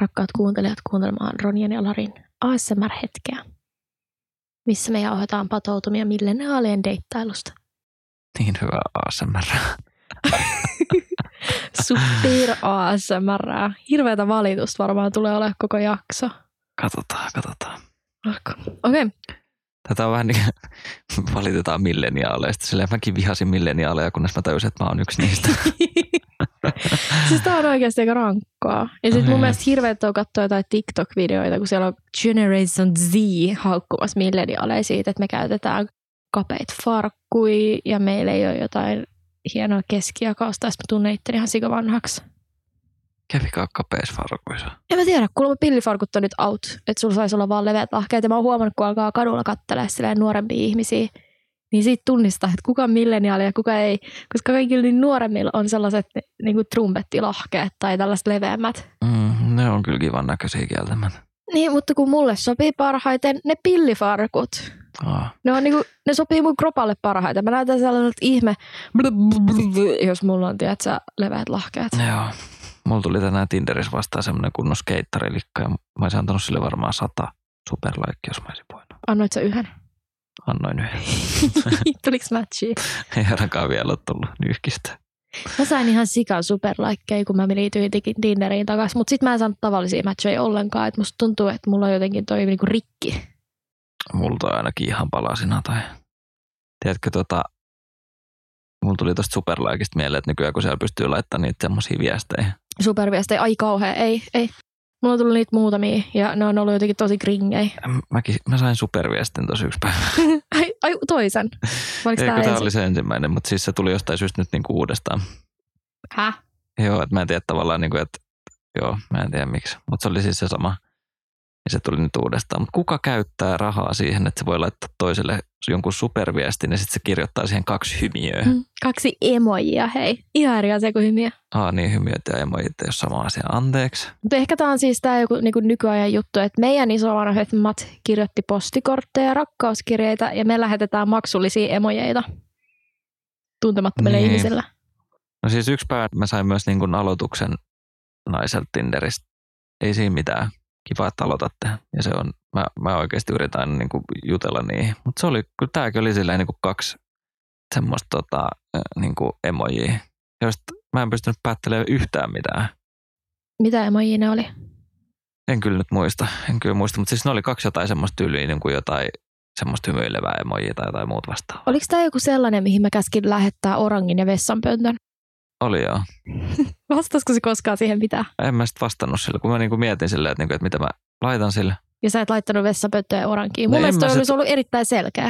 rakkaat kuuntelijat, kuuntelemaan Ronjan ja Larin ASMR-hetkeä, missä me jauhetaan patoutumia milleniaalien deittailusta. Niin hyvä ASMR. Super ASMR. Hirveätä valitusta varmaan tulee olemaan koko jakso. Katsotaan. Okei. Tätä on vähän niin kuin valitetaan milleniaaleista. Silleen mäkin vihasin milleniaaleja, kunnes mä tajusin, että mä oon yksi niistä. Siis tää on oikeasti aika rankkaa. Ja sit mun mielestä hirveet on katsoa jotain TikTok-videoita, kun siellä on Generation Z haukkumassa milleniaaleja siitä, että me käytetään kapeita farkkuja ja meillä ei ole jotain hienoa keskijakausta, ja mä tunnen itteni ihan sikavanhaksi. Kävikää kapeissa farkuissa? En mä tiedä, kuulemma pillifarkut on nyt out, että sulla saisi olla vaan leveät lahkeet. Ja mä oon huomannut, kun alkaa kadulla katselemaan silleen nuorempia ihmisiä, niin siitä tunnistaa, että kuka on milleniaali ja kuka ei. Koska kaikilla niin nuoremmilla on sellaiset niin kuin trumpettilahkeet tai tällaiset leveämmät. Ne on kyllä kivan näköisiä kieltämättä. Niin, mutta kun mulle sopii parhaiten ne pillifarkut. Ne, on niinku, ne sopii mun kropalle parhaiten. Mä näytän sellaiset ihme, jos mulla on, tiedätkö, leveät lahkeet. Joo. Mulla tuli tänään Tinderissä vastaan semmoinen kunnon skeittarilikka ja mä olisin antanut sille varmaan 100 superlaikkia, jos mä olisin voinut. Annoit sä yhden? Annoin yhden. Tuliko matchia? Ei ainakaan vielä ole tullut nyyhkistä. Mä sain ihan sikan superlaikkeja, kun mä liityin Tinderiin takaisin, mutta sit mä en saanut tavallisia matcheja ollenkaan. Et musta tuntuu, että mulla on jotenkin toi niinku rikki. Multa on ainakin ihan palasina tai... Tiedätkö mulla tuli tosta superlaikista mieleen, että nykyään kun siellä pystyy laittamaan niitä semmosia viestejä. Superviestejä, ai kauhea, ei. Mulla on tullut niitä muutamia ja ne on ollut jotenkin tosi kringejä. Mä sain superviestin tosi yksi päivä. ai toisen? Tämä oli se ensimmäinen, mutta siis se tuli jostain syystä nyt niinku uudestaan. Häh? Joo, että mä en tiedä tavallaan, niinku, että joo, mä en tiedä miksi. Mutta se oli siis se sama. Ja se tuli nyt uudestaan. Mutta kuka käyttää rahaa siihen, että se voi laittaa toiselle jonkun superviestin ja sitten se kirjoittaa siihen 2 hymiöä. 2 emojia, hei. Ihan eri asia kuin hymiö. Niin hymiöt ja emojit ei ole sama asia. Anteeksi. Mutta ehkä tämä on siis tämä joku niinku nykyajan juttu, että meidän isovanhemmat Mat kirjoitti postikortteja ja rakkauskirjeitä ja me lähetetään maksullisia emojeita tuntemattomille ihmisille. No siis yksi päivä mä sain myös niin kuin aloituksen naiselta Tinderistä. Ei siinä mitään. Kiva, että aloitatte. Ja se on, mä oikeasti yritän niin kuin jutella niihin. Mutta se oli, kyllä tämäkin oli silleen niin kuin 2 semmoista niin kuin emojia, joista mä en pystynyt päättelemään yhtään mitään. Mitä emojia ne oli? En kyllä muista, mutta siis ne oli 2 jotain semmoista tyyliä, niin kuin jotain semmoista hymyilevää emojia tai jotain muut vastaavaa. Oliko tämä joku sellainen, mihin mä käskin lähettää orangin ja vessanpöntön? Oli joo. Vastaisiko se koskaan siihen mitään? En mä sitten vastannut sille, kun mä niinku mietin silleen, että mitä mä laitan sille. Ja sä et laittanut vessapönttöä ja orankiin. Mun mielestä olisi ollut erittäin selkeä.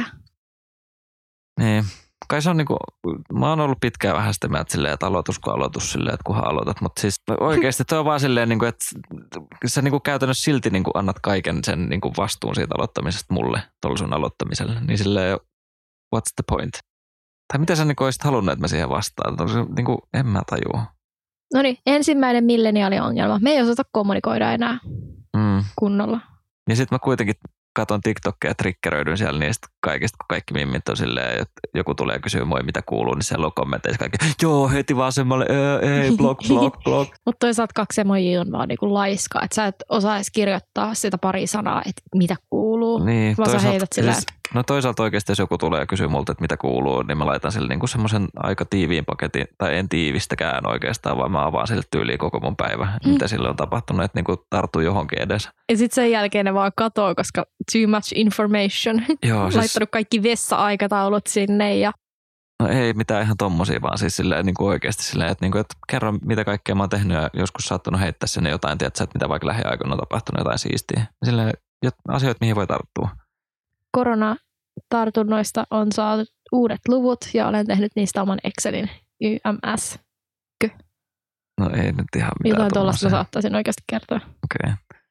Niin. Kai se on niinku, mä oon ollut pitkään vähän sitä mieltä silleen, että aloitus silleen, että kunhan aloitat. Mutta siis oikeasti toi on vaan silleen, niinku, että sä niinku käytännössä silti niinku annat kaiken sen niinku vastuun siitä aloittamisesta mulle, tuolla sun aloittamiselle. Niin silleen, what's the point? Tai mitä sä niinku olisit halunnut, että mä siihen vastaan? Niinku, en mä tajua. Noniin, ensimmäinen milleniaali-ongelma. Me ei osata kommunikoida enää kunnolla. Ja sitten mä kuitenkin katon TikTokia ja triggeröidyn siellä niistä kaikista, kun kaikki mimmit on silleen, että joku tulee kysyä moi mitä kuuluu, niin siellä on kommenteissa kaikki, joo heti vasemmalle, ei, blog. Mutta toisaalta 2 emojia on vaan niinku laiska, että sä et osaa edes kirjoittaa sitä pari sanaa, että mitä kuuluu, niin, vaan sä heität silleen. Siis, no toisaalta oikeasti, jos joku tulee ja kysyy multa, että mitä kuuluu, niin mä laitan sille niinku semmoisen aika tiiviin paketin, tai en tiivistäkään oikeastaan, vaan mä avaan sille tyyliin koko mun päivä, mitä sille on tapahtunut, että niinku tarttuu johonkin edes. Ja sitten sen jälkeen ne vaan katoo, koska too much information. Joo, laittanut siis kaikki vessa-aikataulut sinne ja... No ei mitään ihan tommosia, vaan siis silleen niin kuin oikeasti silleen, että, niin kuin, että kerro mitä kaikkea mä oon tehnyt ja joskus saattanut heittää sinne jotain, tiedätkö, että mitä vaikka lähiaikoina on tapahtunut jotain siistiä. Silleen asioita, mihin voi tarttua. Koronatartunnoista on saatu uudet luvut ja olen tehnyt niistä oman Excelin YMS. No ei nyt ihan mitään. Jotain tuollaista saattaisin oikeasti kertoa. Okei.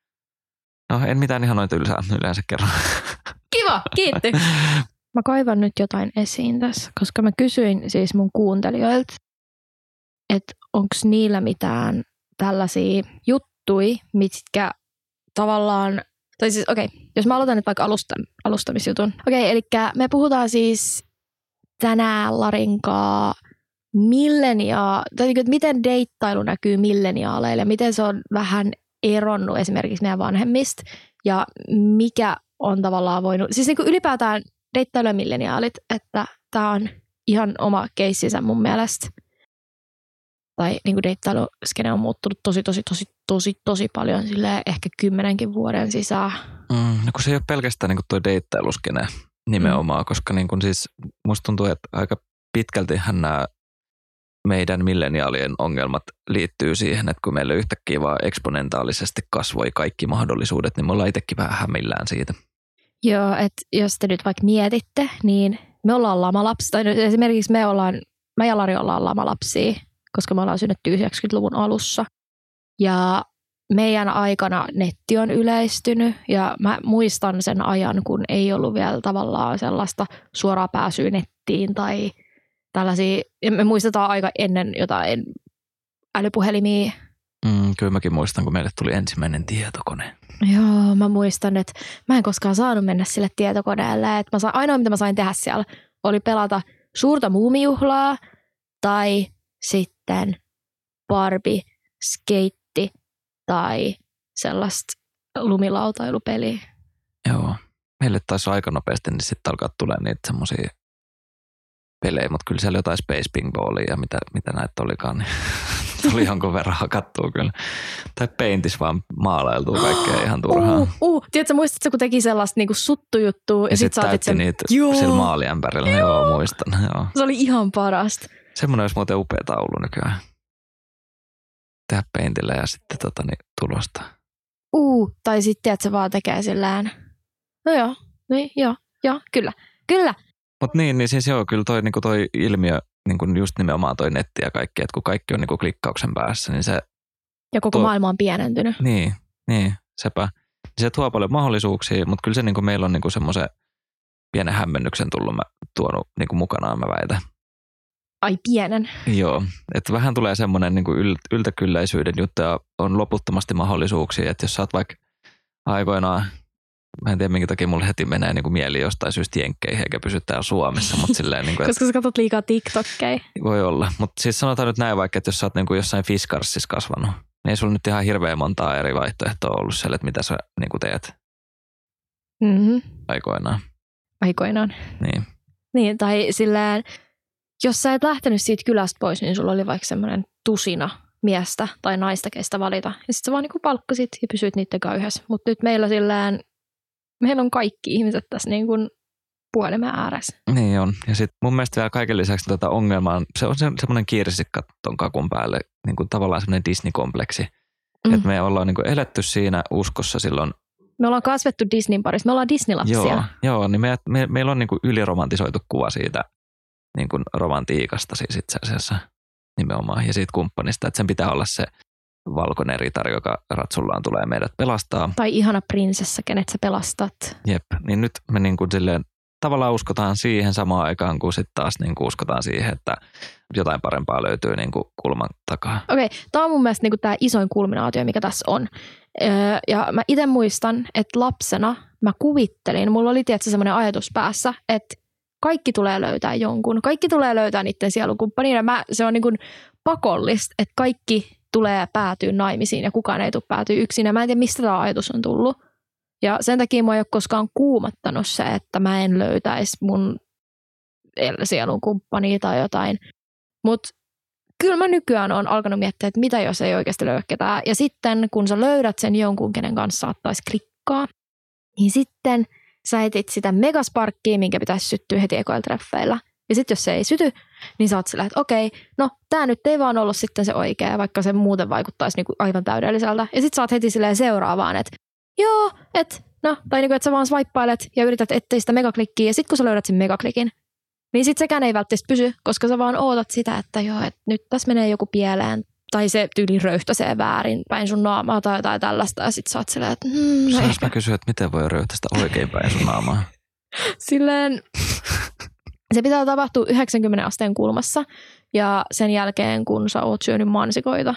No en mitään ihan noita yleensä kerran. Kiva, kiitti. Mä kaivan nyt jotain esiin tässä, koska mä kysyin siis mun kuuntelijoilta, että onko niillä mitään tällaisia juttui, mitkä tavallaan, tai siis jos mä aloitan nyt vaikka alustamisjutun. Eli me puhutaan siis tänään Larinkaa tai että miten deittailu näkyy milleniaaleille, miten se on vähän eronnut esimerkiksi meidän vanhemmista ja mikä on tavallaan voinut, siis niin kuin ylipäätään deittailijamilleniaalit, että tämä on ihan oma keissinsä mun mielestä. Tai niin kuin deittailuskene on muuttunut tosi paljon silleen ehkä 10 vuoden sisään. No kun se ei ole pelkästään niin kuin toi deittailuskene nimenomaan, koska niin kuin siis musta tuntuu, että aika pitkältihän nämä meidän milleniaalien ongelmat liittyy siihen, että kun meillä yhtäkkiä vaan eksponentaalisesti kasvoi kaikki mahdollisuudet, niin me ollaan itsekin vähän hämillään siitä. Joo, että jos te nyt vaikka mietitte, niin me ollaan lamalapsia, tai esimerkiksi mä ja Lari ollaan lamalapsia, koska me ollaan synnetty 90-luvun alussa. Ja meidän aikana netti on yleistynyt ja mä muistan sen ajan, kun ei ollut vielä tavallaan sellaista suoraa pääsyä nettiin tai tällaisia. Me muistetaan aika ennen jotain älypuhelimia. Kyllä mäkin muistan, kun meille tuli ensimmäinen tietokone. Joo, mä muistan, että mä en koskaan saanut mennä sille tietokoneelle. Että ainoa, mitä mä sain tehdä siellä, oli pelata suurta muumijuhlaa tai sitten Barbie, skeitti tai sellaista lumilautailupeliä. Joo, meille taisi aika nopeasti, niin sitten alkaa tulla niitä semmoisia pelejä, mutta kyllä siellä jotain Space Pinballia ja mitä näitä olikaan, niin tuli jonkun verran hakattua kyllä. Tai Paintis vaan maalailtua kaikkea ihan turhaan. Tiedätkö, muistatko, kun teki sellaista niinku suttujuttua ja sit täytti sen niitä sillä maaliämpärillä. Joo, muistan. Joo. Se oli ihan parasta. Semmoinen olisi muuten upea taulu nykyään. Tehdä Paintillä ja sitten tulosta. Tai sitten, että se vaan tekee sillään. No joo, niin joo, kyllä. Mutta niin siis joo, kyllä toi ilmiö, niinku just nimenomaan toi netti ja kaikki, että kun kaikki on niinku klikkauksen päässä, niin se... Ja koko maailma on pienentynyt. Niin, sepä. Se tuo paljon mahdollisuuksia, mutta kyllä se niinku meillä on niinku semmoisen pienen hämmennyksen tuonut niinku mukanaan, mä väitän. Ai pienen. Joo, että vähän tulee semmoinen niinku yltäkylläisyyden juttu ja on loputtomasti mahdollisuuksia, että jos sä oot vaikka aikoinaan, mä en tiedä minkä takia mulle heti menee niinku mieli jostain syystä jenkkeihin eikä pysy täällä Suomessa, mutta silleen niinku, koska sä katsot liikaa TikTokkeja. Voi olla, mutta siis sanotaan nyt näin vaikka, että jos sä oot niinku jossain Fiskarssissa kasvanut, niin ei sulla nyt ihan hirveän montaa eri vaihtoehtoa ollut siellä, että mitä sä niinku teet aikoinaan. Niin, tai silleen, jos sä et lähtenyt siitä kylästä pois, niin sulla oli vaikka semmoinen tusina miestä tai naista, kestä valita. Ja sit sä vaan niinku palkkasit ja pysyit niiden kanssa yhdessä. Mutta nyt meillä on kaikki ihmiset tässä niin kuin puhelimen ääressä. Niin on. Ja sitten mun mielestä vielä kaiken lisäksi tätä ongelmaa, se on semmoinen kirsikka ton kakun päälle, niin kuin tavallaan semmoinen Disney-kompleksi. Että me ollaan niin kuin eletty siinä uskossa silloin. Me ollaan kasvettu Disneyn parissa, me ollaan Disney-lapsia. Joo, niin meillä on niin kuin yliromantisoitu kuva siitä niin kuin romantiikasta siis itse asiassa nimenomaan. Ja siitä kumppanista, että sen pitää olla se valkoinen ritari, joka ratsullaan tulee meidät pelastaa. Tai ihana prinsessa, kenet sä pelastat. Jep, niin nyt me niin kuin silleen tavallaan uskotaan siihen samaan aikaan, kun sitten taas niin kuin uskotaan siihen, että jotain parempaa löytyy niin kuin kulman takaa. Okei, tämä on mun mielestä niin kuin tämä isoin kulminaatio, mikä tässä on. Ja mä itse muistan, että lapsena mä kuvittelin, mulla oli tietysti semmoinen ajatus päässä, että kaikki tulee löytää jonkun. Kaikki tulee löytää niiden sielukumppanin. Se on niin kuin pakollista, että kaikki tulee päätyä naimisiin ja kukaan ei tule päätyä yksin. Ja mä en tiedä, mistä tämä ajatus on tullut. Ja sen takia mua ei ole koskaan kuumattanut se, että mä en löytäisi mun sielunkumppania tai jotain. Mutta kyllä mä nykyään olen alkanut miettiä, että mitä jos ei oikeasti löydä ketään. Ja sitten kun sä löydät sen jonkun, kenen kanssa saattaisi klikkaa, niin sitten sä etit sitä megasparkkia, minkä pitäisi syttyä heti ekoilla treffeillä. Ja sitten jos se ei syty, niin sä oot sillä, että okei, no tää nyt ei vaan ollut sitten se oikea, vaikka se muuten vaikuttaisi niinku aivan täydelliseltä. Ja sitten sä oot heti silleen seuraavaan, että joo, että no, tai niinku, että sä vaan swipeilet ja yrität ettei sitä megaklikkiä. Ja sitten kun sä löydät sen megaklikin, niin sitten sekään ei välttämättä pysy, koska sä vaan ootat sitä, että joo, että nyt tässä menee joku pieleen. Tai se tyyli röyhtäsee väärin päin sun naamaa tai jotain tällaista. Ja sit sä oot silleen, että Saanko mä kysyä, että miten voi röyhtäistä oikein päin sun naamaa? Silleen, se pitää tapahtua 90 asteen kulmassa. Ja sen jälkeen, kun sä oot syönyt mansikoita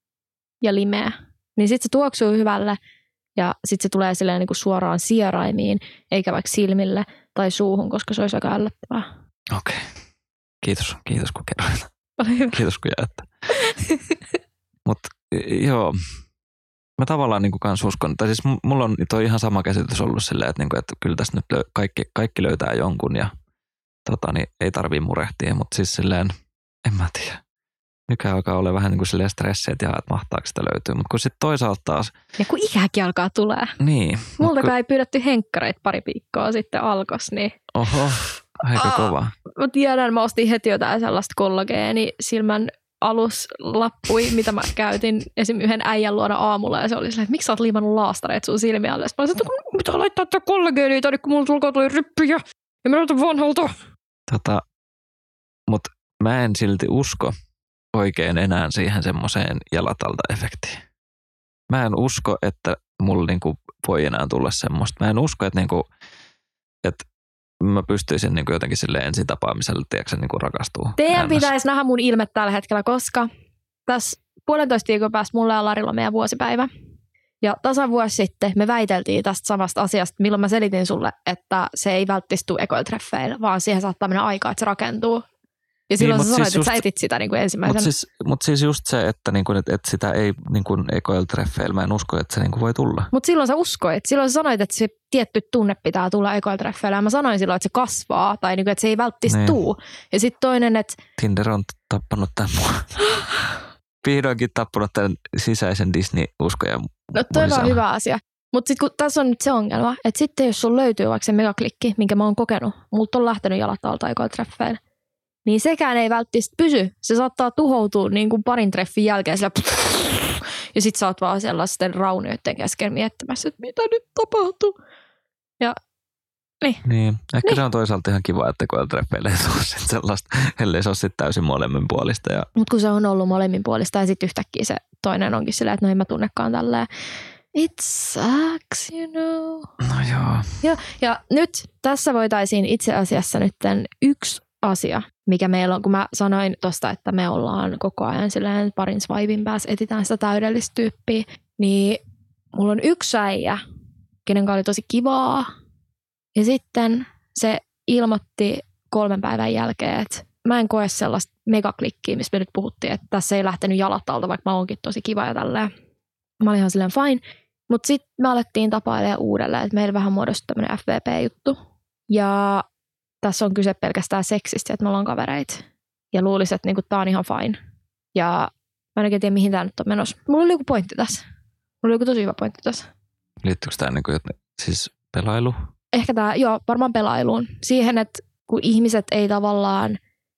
ja limeä, niin sit se tuoksuu hyvälle. Ja sit se tulee silleen niin kuin suoraan sieraimiin, eikä vaikka silmille tai suuhun, koska se olisi aika ällöttävää. Okei. Kiitos kun kerroit. Kiitos kun jaette. Mutta joo, mä tavallaan niin kuin kans uskon, tai siis mulla on toi ihan sama käsitys ollut silleen, että, niin kuin, että kyllä tässä nyt kaikki löytää jonkun ja niin ei tarvii murehtia, mutta siis silleen, en mä tiedä. Nykyään alkaa olla vähän niin kuin silleen stressiä, että mahtaako sitä löytyy, mutta kun sitten toisaalta taas. Ja kun ikäkin alkaa tulee. Niin. Multakaan ei pyydetty henkkareita pari viikkoa sitten alkos, niin. Oho, aika kova. Mä tiedän, mä ostin heti jotain sellaista kollageenisilmän aluslappui, mitä mä käytin esim. Yhden äijän luona aamulla ja se oli silleen, että miksi sä oot liimannut laastareet sun silmiä alle. Sitten mä olisin, että mitä laittaa tätä kollageenia tänne, kun mulla alkaa tuli ryppyjä ja mä näytän vanhalta. Mutta mä en silti usko oikein enää siihen semmoiseen jalatalta-efektiin. Mä en usko, että mulla niinku voi enää tulla semmoista. Mä en usko, että mä pystyisin niinku jotenkin silleen ensin tapaamiselle, tiedätkö, niinku rakastua. Teidän pitäisi nähdä mun ilme tällä hetkellä, koska tässä 1,5 viikon päästä mulla ja Larilla meidän vuosipäivä. Ja tasan vuosi sitten me väiteltiin tästä samasta asiasta, milloin mä selitin sulle, että se ei välttämättä tule ekoiltreffeillä, vaan siihen saattaa mennä aikaa, että se rakentuu. Ja silloin niin, sä sanoit, siis että sä etit sitä niin kuin ensimmäisenä. Mutta siis just se, että, niin kuin, että sitä ei niin ekoiltreffeillä, mä en usko, että se niin kuin voi tulla. Mutta silloin sä uskoit. Silloin sä sanoit, että se tietty tunne pitää tulla ekoiltreffeillä. Ja mä sanoin silloin, että se kasvaa tai niin kuin, että se ei välttämättä tuu. Ja sitten toinen, että Tinder on tappanut tämän mua. Vihdoinkin tappanut tämän sisäisen Disney-uskojan. No toi on hyvä asia. Mutta sitten kun tässä on nyt se ongelma, että sitten jos sun löytyy vaikka se megaklikki, minkä mä oon kokenut, multa on lähtenyt jalat alta ekoiltreffeillä, niin sekään ei välttämättä pysy. Se saattaa tuhoutua niin kuin parin treffin jälkeen sillä ja sit sä oot vaan sellaisten raunioiden kesken miettimässä, että mitä nyt tapahtuu. Ja niin. Ehkä se on toisaalta ihan kiva, että kun treffeille ei tule sellaista, ellei se ole sitten täysin molemminpuolista. Mutta kun se on ollut molemminpuolista ja sitten yhtäkkiä se toinen onkin silleen, että no en mä tunnekaan tälleen. It sucks, you know. No joo. Ja nyt tässä voitaisiin itse asiassa nyt yksi asia, mikä meillä on, kun mä sanoin tosta, että me ollaan koko ajan silleen parin swipin päässä, etitään sitä täydellistä tyyppiä, niin mulla on yksi äijä, kenen kanssa oli tosi kivaa, ja sitten se ilmoitti 3 päivän jälkeen, että mä en koe sellaista megaklikkiä, mistä me nyt puhuttiin, että tässä ei lähtenyt jalat alta, vaikka mä oonkin tosi kiva ja tälleen. Mä olin ihan silleen fine, mutta sitten me alettiin tapailemaan uudelleen, että meillä vähän muodostui tämmöinen FVP-juttu, ja tässä on kyse pelkästään seksistä, että me ollaan kavereita. Ja luulisin, että niinku, tää on ihan fine. Ja mä en oikein tiedä, mihin tää nyt on menossa. Mulla oli joku pointti tässä. Mulla oli joku tosi hyvä pointti tässä. Liittyykö tää niinku, siis pelailu? Ehkä tää, joo, varmaan pelailuun. Siihen, että kun ihmiset ei tavallaan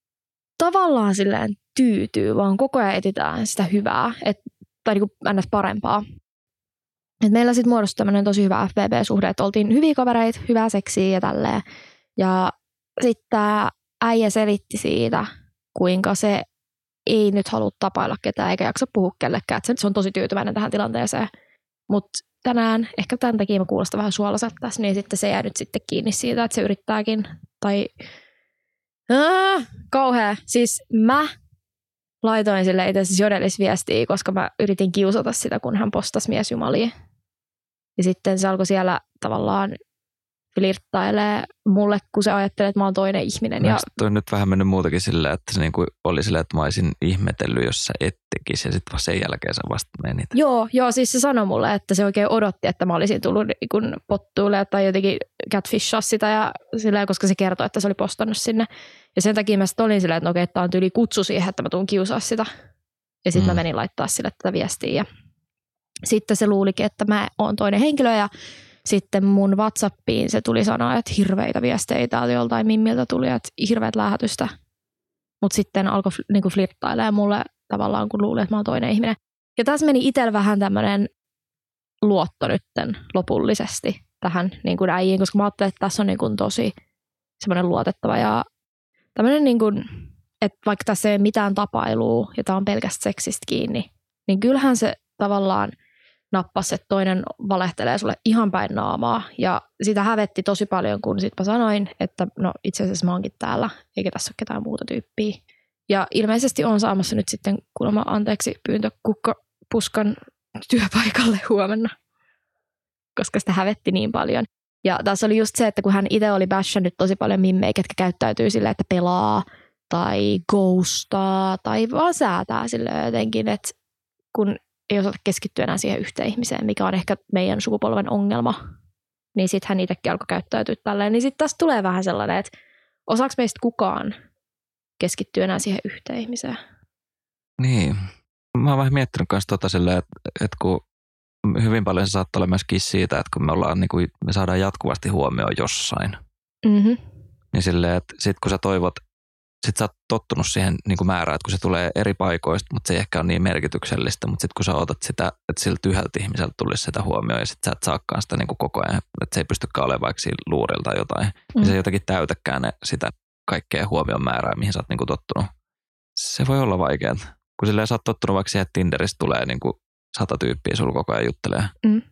silleen tyytyy, vaan koko ajan etsitään sitä hyvää. Tai niinku ns. Parempaa. Et meillä sitten muodostui tämmönen tosi hyvä FVP-suhde, että oltiin hyviä kavereita, hyvää seksiä ja tälleen. Ja sitten tämä äijä selitti siitä, kuinka se ei nyt halua tapailla ketään eikä jaksa puhua kellekään. Että se on tosi tyytyväinen tähän tilanteeseen. Mutta tänään, ehkä tämän takia mä kuulostan vähän suolaselta tässä, niin sitten se jää nyt sitten kiinni siitä, että se yrittääkin. Tai kauhea. Siis mä laitoin sille itse asiassa Jodelis-viestiä, koska mä yritin kiusata sitä, kun hän postasi miesjumalia. Ja sitten se alkoi siellä tavallaan flirttailee mulle, kun se ajattelee, että mä oon toinen ihminen. Ja toi nyt vähän mennyt muutakin sillä, että se niinku oli sillä, että mä olisin ihmetellyt, jos sä et tekisi, ja sitten sen jälkeen sä vasta menit. Joo, siis se sanoi mulle, että se oikein odotti, että mä olisin tullut niin pottuille tai jotenkin catfishaa sitä, ja sillä, koska se kertoi, että se oli postannut sinne. Ja sen takia mä sitten olin silleen, että okei, tää on tyyli kutsu siihen, että mä tuun kiusaa sitä. Ja sitten mä menin laittaa sille tätä viestiä. Ja sitten se luulikin, että mä oon toinen henkilö, ja sitten mun WhatsAppiin se tuli sanoa, että hirveitä viestejä täältä joltain mimmiltä tuli, että hirveät lähetystä. Mutta sitten alkoi niinku flirttailemaan mulle tavallaan, kun luuli, että mä oon toinen ihminen. Ja tässä meni itsellä vähän tämmöinen luotto nytten lopullisesti tähän niin kuin äijiin, koska mä ajattelin, että tässä on niin kuin tosi semmoinen luotettava ja tämmöinen, niin kuin, että vaikka tässä ei ole mitään tapailua ja tämä on pelkästään seksistä kiinni, niin kyllähän se tavallaan nappasi, että toinen valehtelee sulle ihan päin naamaa. Ja sitä hävetti tosi paljon, kun sitten mä sanoin, että no itse asiassa mä oonkin täällä, eikä tässä ole ketään muuta tyyppiä. Ja ilmeisesti on saamassa nyt sitten kuulemma anteeksi pyyntö kukkapuskan työpaikalle huomenna, koska sitä hävetti niin paljon. Ja tässä oli just se, että kun hän itse oli bashannut tosi paljon mimmejä, ketkä käyttäytyy silleen, että pelaa tai ghostaa tai vaan säätää silleen jotenkin, että kun ei osata keskittyä enää siihen yhteen ihmiseen, mikä on ehkä meidän sukupolven ongelma. Niin sitten hän itsekin alkoi käyttäytyä tälleen. Niin sitten taas tulee vähän sellainen, että osaako meistä kukaan keskittyä enää siihen yhteen ihmiseen? Niin. Mä oon vähän miettinyt myös silleen, että kun hyvin paljon se saattaa olla myöskin siitä, että kun me ollaan niin kuin, me saadaan jatkuvasti huomioon jossain. Mm-hmm. Niin silleen, että sit kun sä toivot, sit sä oot tottunut siihen niin kuin määrään, että kun se tulee eri paikoista, mutta se ei ehkä ole niin merkityksellistä, mutta sit kun sä odotat sitä, että siltä yhdeltä ihmiseltä tulisi sitä huomioon ja sit sä et saakaan sitä niin kuin koko ajan, että se ei pystykään olemaan vaikka siinä luurilla tai jotain, niin se ei jotenkin täytäkään sitä kaikkea huomion määrää, mihin sä oot niin kuin tottunut. Se voi olla vaikeaa, kun silleen sä oot tottunut vaikka siihen, että Tinderissä tulee niin kuin 100 tyyppiä sulla koko ajan juttelee.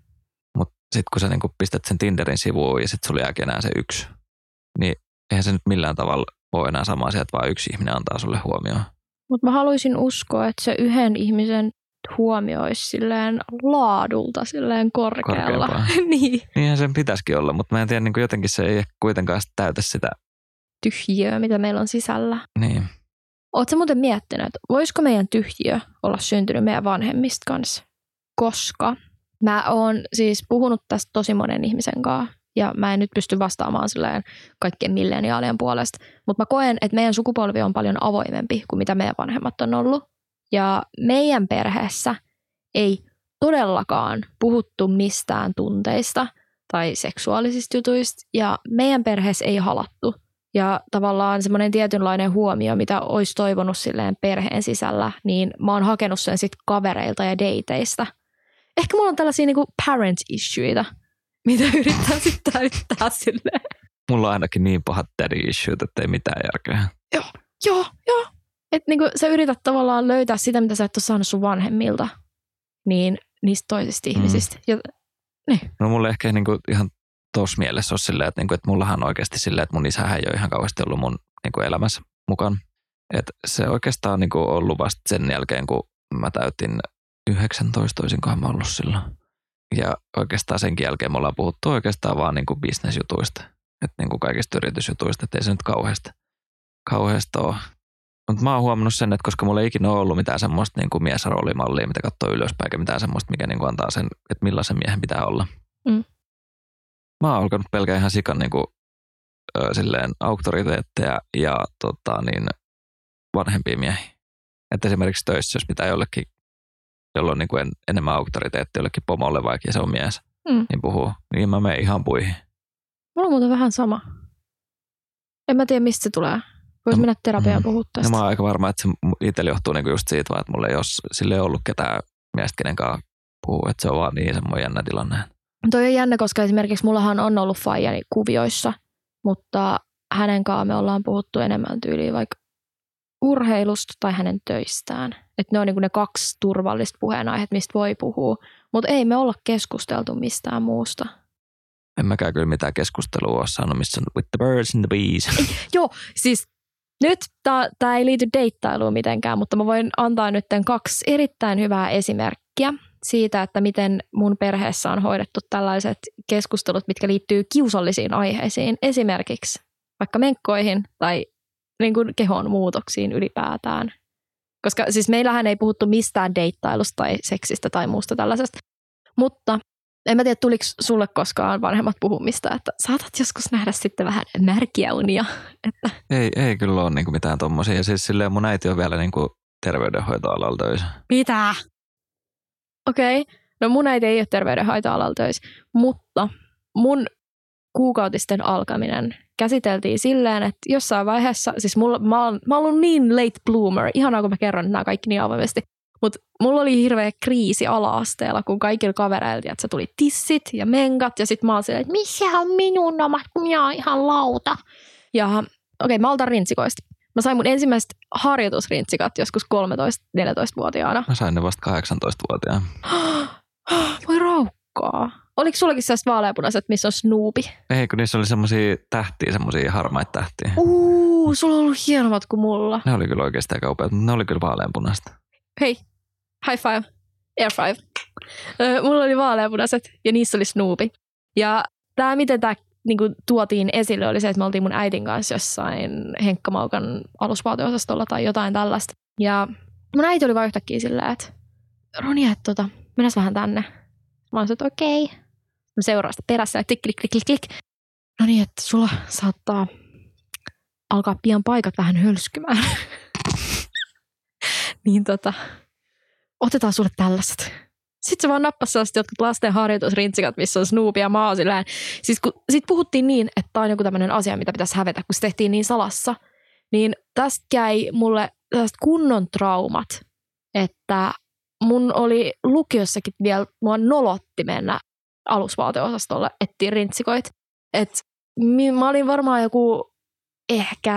Mutta sitten kun sä niin kuin pistät sen Tinderin sivuun ja sitten sulla jääkin enää se yksi, niin eihän se nyt millään tavalla ole enää sama asia, että vaan yksi ihminen antaa sulle huomioon. Mutta mä haluaisin uskoa, että se yhden ihmisen huomio olisi silleen laadulta silleen korkealla. Niin. Niinhän sen pitäisikin olla, mutta mä en tiedä, niin kuin jotenkin se ei kuitenkaan täytä sitä tyhjiöä, mitä meillä on sisällä. Niin. Ootko muuten miettinyt, että voisiko meidän tyhjiö olla syntynyt meidän vanhemmista kanssa? Koska mä oon siis puhunut tästä tosi monen ihmisen kanssa ja mä en nyt pysty vastaamaan silleen kaikkien milleniaalien puolesta, mutta mä koen, että meidän sukupolvi on paljon avoimempi kuin mitä meidän vanhemmat on ollut. Ja meidän perheessä ei todellakaan puhuttu mistään tunteista tai seksuaalisista jutuista ja meidän perheessä ei halattu. Ja tavallaan semmoinen tietynlainen huomio, mitä olisi toivonut silleen perheen sisällä, niin mä oon hakenut sen sitten kavereilta ja dateista. Ehkä mulla on tällaisia niinku parent issueita, mitä yrittää sitten täyttää silleen. Mulla on ainakin niin pahat daddy issuet, että ei mitään järkeä. Joo. Että niinku sä yrität tavallaan löytää sitä, mitä sä et ole saanut sun vanhemmilta, niin niistä toisista ihmisistä. Niin. No mulla ehkä niinku ihan tuossa mielessä on silleen, että mullahan on oikeasti silleen, että mun isähän ei ole ihan kauheasti ollut mun niinku elämässä mukaan. Että se oikeastaan on niinku ollut vasta sen jälkeen, kun mä täytin 19, olisinkohan mä ollut silloin. Ja oikeastaan senkin jälkeen me ollaan puhuttu oikeastaan vaan niinku bisnesjutuista. Että niinku kaikista yritysjutuista, että ei se nyt kauheasti ole. Mutta mä oon huomannut sen, että koska mulla ei ikinä ole ollut mitään semmoista niinku miesroolimallia, mitä katsoo ylöspäin, eikä mitään semmoista, mikä niinku antaa sen, että millaisen miehen pitää olla. Mä oon alkanut pelkää ihan sikan niinku, silleen auktoriteetteja ja vanhempia miehiä. Että esimerkiksi töissä, jos pitää jollekin, jolla on niinku enemmän auktoriteettia jollekin pomolle vaikka ja se on mies, niin puhuu, niin mä menen ihan puihin. Mulla on muuten vähän sama. En mä tiedä, mistä se tulee. Voisi mennä terapiaan puhua tästä. No mä oon aika varma, että se itsellä johtuu niinku just siitä, vaan, että mulla ei ole sille ollut ketään miestä, kenenkaan puhuu. Että se on vaan niin semmoinen jännä tilanne. Toi on jännä, koska esimerkiksi mullahan on ollut faijani kuvioissa, mutta hänen kanssaan me ollaan puhuttu enemmän tyyliin vaikka urheilusta tai hänen töistään. Että ne on niinku ne kaksi turvallista puheenaiheet, mistä voi puhua. Mutta ei me olla keskusteltu mistään muusta. En mäkään kyllä mitään keskustelua ole saanut, missä on with the birds and the bees. Joo, siis nyt tämä ei liity deittailuun mitenkään, mutta mä voin antaa nyt 2 erittäin hyvää esimerkkiä siitä, että miten mun perheessä on hoidettu tällaiset keskustelut, mitkä liittyy kiusallisiin aiheisiin. Esimerkiksi vaikka menkkoihin tai niin kuin kehon muutoksiin ylipäätään. Koska siis meillähän ei puhuttu mistään deittailusta tai seksistä tai muusta tällaisesta. Mutta en mä tiedä, tuliko sulle koskaan vanhemmat puhumista, että saatat joskus nähdä sitten vähän märkiä unia. Että. Ei kyllä ole niinku mitään tommosia. Ja siis silleen mun äiti on vielä niinku terveydenhoitoalalla töissä. Mitä? Okei. No mun äiti ei ole terveydenhoitoalalla töissä, mutta mun kuukautisten alkaminen käsiteltiin silleen, että jossain vaiheessa, siis mä oon ollut niin late bloomer, ihanaa kun mä kerron nämä kaikki niin avoimesti, mutta mulla oli hirveä kriisi ala-asteella, kun kaikilla kavereilta, että se tuli tissit ja menkat ja sit mä oon silleen, että missä on minun omat, kun minä oon ihan lauta. Ja okei, mä aloitan rintsikoista. Mä sain mun ensimmäiset harjoitusrintsikat joskus 13-14-vuotiaana. Mä sain ne vasta 18-vuotiaana. Voi raukkaa. Oliko sullakin sellaiset vaaleanpunaiset, missä on Snoopy? Ei, kun niissä oli semmosia tähtiä, semmosia harmaita tähtiä. Sulla on ollut hienommat kuin mulla. Ne oli kyllä oikeastaan kaupeat, mutta ne oli kyllä vaaleanpunaista. Hei, high five, air five. Mulla oli vaaleanpunaiset ja niissä oli Snoopy. Ja miten tämä niinku tuotiin esille oli se, että me oltiin mun äitin kanssa jossain Henkka Maukan alusvaateosastolla tai jotain tällaista. Ja mun äiti oli vaan yhtäkkiä silleen, että Ronja, että mennäs vähän tänne. Mä olisin, että okei. Mä seuraan sitä perässä ja klik, klik, klik, klik. No niin, että sulla saattaa alkaa pian paikat vähän hölskymään. Niin otetaan sulle tällaiset. Sitten se vaan nappasi sellaiset jotkut lasten harjoitusrintsikat, missä on Snoopy ja maa silleen. Siis kun sit puhuttiin niin, että tämä on joku tämmöinen asia, mitä pitäisi hävetä, kun se tehtiin niin salassa. Niin tästä jäi mulle tällaiset kunnon traumat, että mun oli lukiossakin vielä, mua nolotti mennä alusvaateosastolle etsiä rintsikoit. Et mä olin varmaan joku ehkä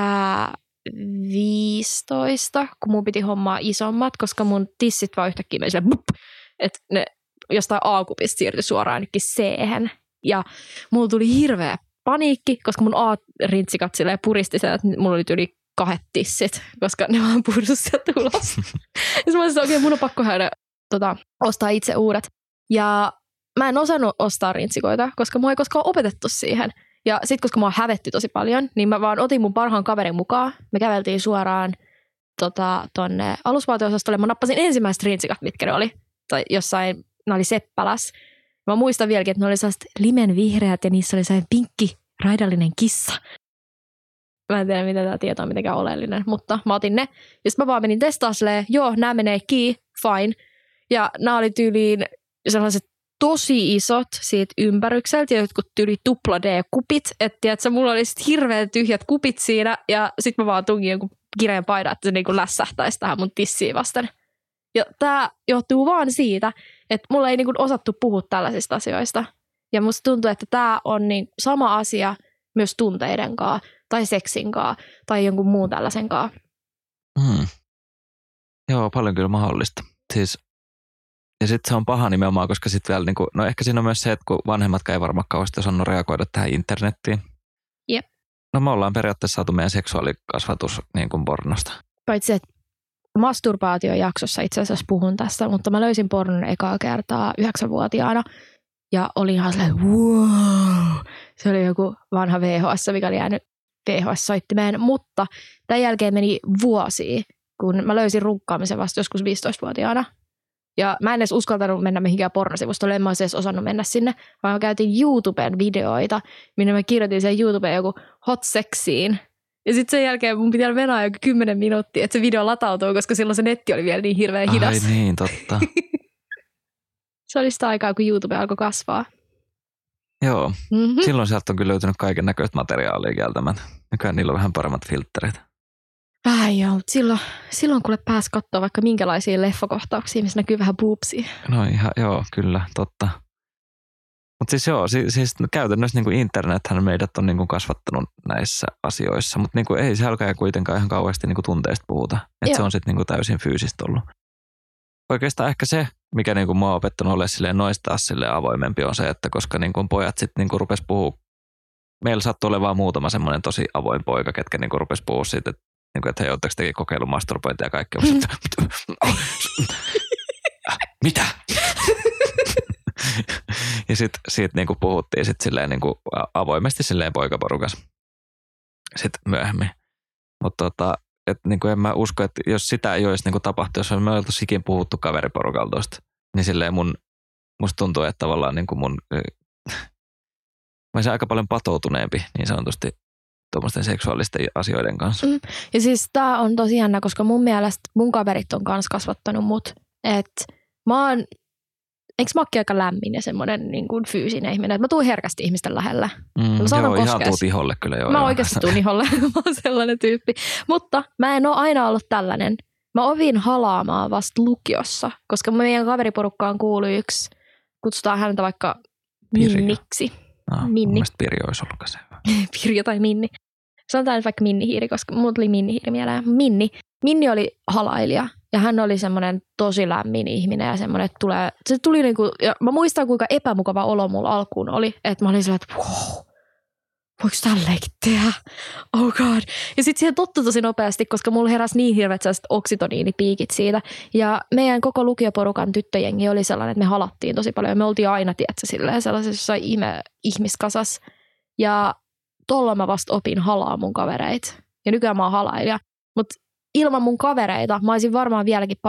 15, kun mun piti hommaa isommat, koska mun tissit vaan yhtäkkiä meni silleen, että ne jostain A-kupista siirtyi suoraan ainakin C-hän. Ja mulla tuli hirveä paniikki, koska mun A-rintsikat silleen puristi sen, että mulla oli yli 2 tissit, koska ne vaan pursu sieltä ulos. Ja mä olisin, okei, mun on pakko käydä ostaa itse uudet. Ja mä en osannut ostaa rintsikoita, koska mua ei koskaan opetettu siihen. Ja sit koska mua hävetti tosi paljon, niin mä vaan otin mun parhaan kaverin mukaan. Me käveltiin suoraan tonne alusvaateosastolle. Mä nappasin ensimmäiset rintsikat, mitkä ne oli. Tai jossain, ne oli Seppäläs. Mä muistan vieläkin, että ne oli sellaiset limenvihreät ja niissä oli sellainen pinkki raidallinen kissa. Mä en tiedä, mitä tämä tieto on mitenkään oleellinen, mutta mä otin ne. Ja sitten mä vaan menin testaa silleen, joo, nämä menee fine. Ja nämä oli tyyliin sellaiset tosi isot siitä ympärykseltä ja jotkut tyyli tupla D-kupit. Että tiedätkö, mulla oli sitten hirveän tyhjät kupit siinä ja sitten mä vaan tungin jonkun kireen paidan, että se niinku lässähtäisi tähän mun tissiin vasten. Ja tämä johtuu vaan siitä, että mulla ei niinku osattu puhua tällaisista asioista. Ja musta tuntuu, että tämä on niin sama asia myös tunteiden kanssa tai seksin kanssa tai jonkun muun tällaisen kanssa. Joo, paljon kyllä mahdollista. Siis, ja sitten se on paha nimenomaan, koska sitten vielä, niinku, no ehkä siinä on myös se, että kun vanhemmatkaan ei varmaan kauheasti osannut reagoida tähän internettiin. Jep. No me ollaan periaatteessa saatu meidän seksuaalikasvatus niin kuin pornosta. Paitsi, että masturbaatiojaksossa itse asiassa puhun tästä, mutta mä löysin pornon ekaa kertaa 9-vuotiaana ja olin ihan silleen, wow. Se oli joku vanha VHS, mikä oli jäänyt VHS-soittimeen, mutta tämän jälkeen meni vuosia, kun mä löysin runkkaamisen vasta joskus 15-vuotiaana. Ja mä en edes uskaltanut mennä mihinkään pornosivustolle, en mä olisi edes osannut mennä sinne, vaan mä käytin YouTuben videoita, minne mä kirjoitin sen YouTubeen joku hot sexiin. Ja sitten sen jälkeen mun pitää venää joku 10 minuuttia, että se video latautuu, koska silloin se netti oli vielä niin hirveän hidas. Ai niin, totta. Se oli sitä aikaa, kun YouTube alkoi kasvaa. Joo, silloin sieltä on kyllä löytynyt kaiken näköistä materiaalia kieltämään. Nykyään niillä on vähän paremmat filtterit. Vähän joo, mutta silloin kun pääsi katsoa vaikka minkälaisia leffakohtauksia, missä näkyy vähän boobsia. No ihan, joo, kyllä, totta. Mutta siis joo, siis käytännössä niin kuin internethän meidät on niin kuin kasvattanut näissä asioissa, mutta niin kuin ei sielläkään kuitenkaan ihan kauheasti niin kuin tunteista puhuta. Että se on sitten niin kuin täysin fyysistä ollut. Oikeastaan ehkä se, mikä niin kuin mua on opettanut olemaan silleen noista taas silleen avoimempi on se, että koska niin kuin pojat sitten niin kuin rupes puhua, meillä sattui olemaan muutama semmoinen tosi avoin poika, ketkä niin kuin rupes puhua siitä, että hei, ootteko tekin kokeillut masturbointia ja kaikkea. Mitä? Ja sitten siitä niinku puhuttiin sit silleen niinku avoimesti silleen poikaporukas sitten myöhemmin. Mutta niinku en mä usko, että jos sitä ei olisi niinku tapahtunut, jos me oltaisiin sikin puhuttu kaveriporukalla tosta, niin silleen musta tuntuu, että tavallaan niinku mä olisin aika paljon patoutuneempi niin sanotusti tuommoisten seksuaalisten asioiden kanssa. Ja siis tää on tosi jännä, koska mun mielestä mun kaverit on kanssa kasvattanut mut, että mä oon, eikö mä ookin aika lämmin ja semmoinen niin kuin fyysinen ihminen, että mä tuun herkästi ihmisten lähellä. Joo, ihan tuut iholle kyllä. Joo, mä oikeasti tuun iholle, mä oon sellainen tyyppi. Mutta mä en ole aina ollut tällainen. Mä ovin halaamaan vasta lukiossa, koska meidän kaveriporukkaan kuului yksi, kutsutaan häntä vaikka Minniksi. Minni. Mielestäni Pirjo olisi ollut se. Pirjo tai Minni. Sanotaan nyt vaikka Minni-hiiri, koska mulla tuli Minni-hiiri mieleen. Minni oli halailija ja hän oli semmoinen tosi lämmin ihminen ja semmoinen, että se tuli niinku, ja mä muistan kuinka epämukava olo mulla alkuun oli, että mä olin sellainen, että wow, voiko tälleenkin tehdä? Oh god. Ja sitten siihen tottui tosi nopeasti, koska mulla heräsi niin hirveät sellaiset oksitoniinipiikit siitä. Ja meidän koko lukioporukan tyttöjengi oli sellainen, että me halattiin tosi paljon. Me oltiin aina, tiedätkö, silleen sellaisessa ihmiskasas. Ja tolla mä vasta opin halaa mun kavereit. Ja nykyään mä oon halailija. Mutta ilman mun kavereita mä olisin varmaan vieläkin paljon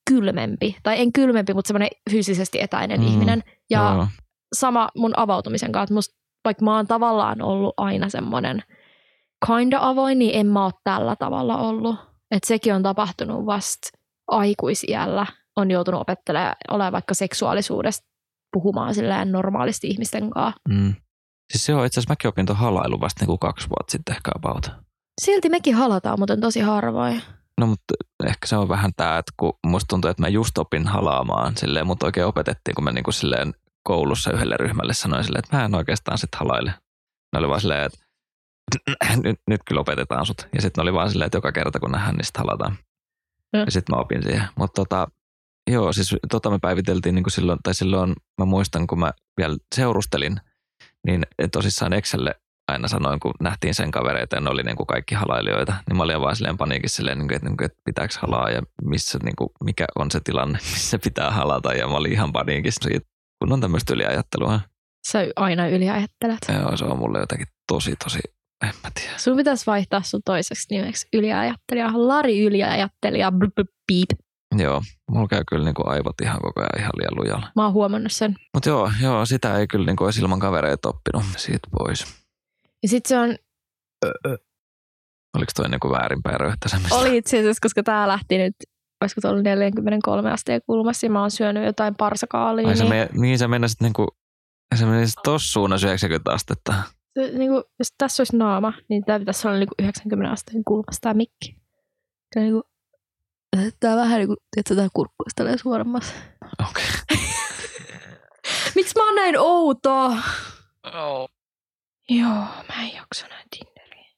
kylmempi. Tai en kylmempi, mutta semmoinen fyysisesti etäinen ihminen. Ja sama mun avautumisen kanssa. Musta, vaikka mä oon tavallaan ollut aina semmoinen kinda avoin, niin en mä ole tällä tavalla ollut. Että sekin on tapahtunut vasta aikuisiällä. On joutunut opettelemaan olemaan vaikka seksuaalisuudesta puhumaan silleen normaalisti ihmisten kanssa. Siis se on itse asiassa mäkin opin tuon halailu vasta niin 2 vuotta sitten ehkä about. Silti mekin halataan muuten tosi harvoin. No mutta ehkä se on vähän tämä, että kun musta tuntuu, että mä just opin halaamaan silleen, mutta oikein opetettiin, kun mä niin kuin silleen koulussa yhdelle ryhmälle sanoin silleen, että mä en oikeastaan sit halaile. Ne oli vaan silleen, että nyt kyllä opetetaan sut. Ja sitten oli vaan silleen, että joka kerta kun nähdään, niin sit halataan. Ja sitten mä opin siihen. Mutta joo, siis me päiviteltiin niin kuin silloin mä muistan, kun mä vielä seurustelin, niin tosissaan Excelle aina sanoin, kun nähtiin sen kavereita ja ne oli niin kuin kaikki halailijoita, niin mä olin vaan silleen paniikissa silleen, että pitääkö halaa ja missä, niin kuin, mikä on se tilanne, missä pitää halata. Ja mä olin ihan paniikissa siitä, kun on tämmöistä yliajattelua. Sä aina yliajattelet. Joo, se on mulle jotenkin tosi, en mä tiedä. Sun pitäisi vaihtaa sun toiseksi nimeksi yliajattelija. Lari yliajattelija. Beep. Joo, mulla käy kyllä niin kuin aivot ihan koko ajan ihan liian lujalla. Mä oon huomannut sen. Mutta joo, sitä ei kyllä niin kuin olisi ilman kavereita oppinut siitä pois. Ja sit se on... Oliko toi niin kuin väärinpäin röyhtäisemistä? Oli itse asiassa, koska tää lähti nyt, olisiko se ollut 43 asteen kulmassa ja mä oon syönyt jotain parsakaalia. Ai sä menisit niinku, sä menisit tossa suunnassa 90 astetta. Niinku, jos tässä olisi naama, niin tää pitäisi olla niinku 90 asteen kulmassa tää mikki. Tää niinku, tää vähän niinku, tiedätkö, tää kurkku olisi suoremmassa. Okei. Miksi mä oon näin outoa? Oh. Joo, mä en jaksa näin Tinderiä.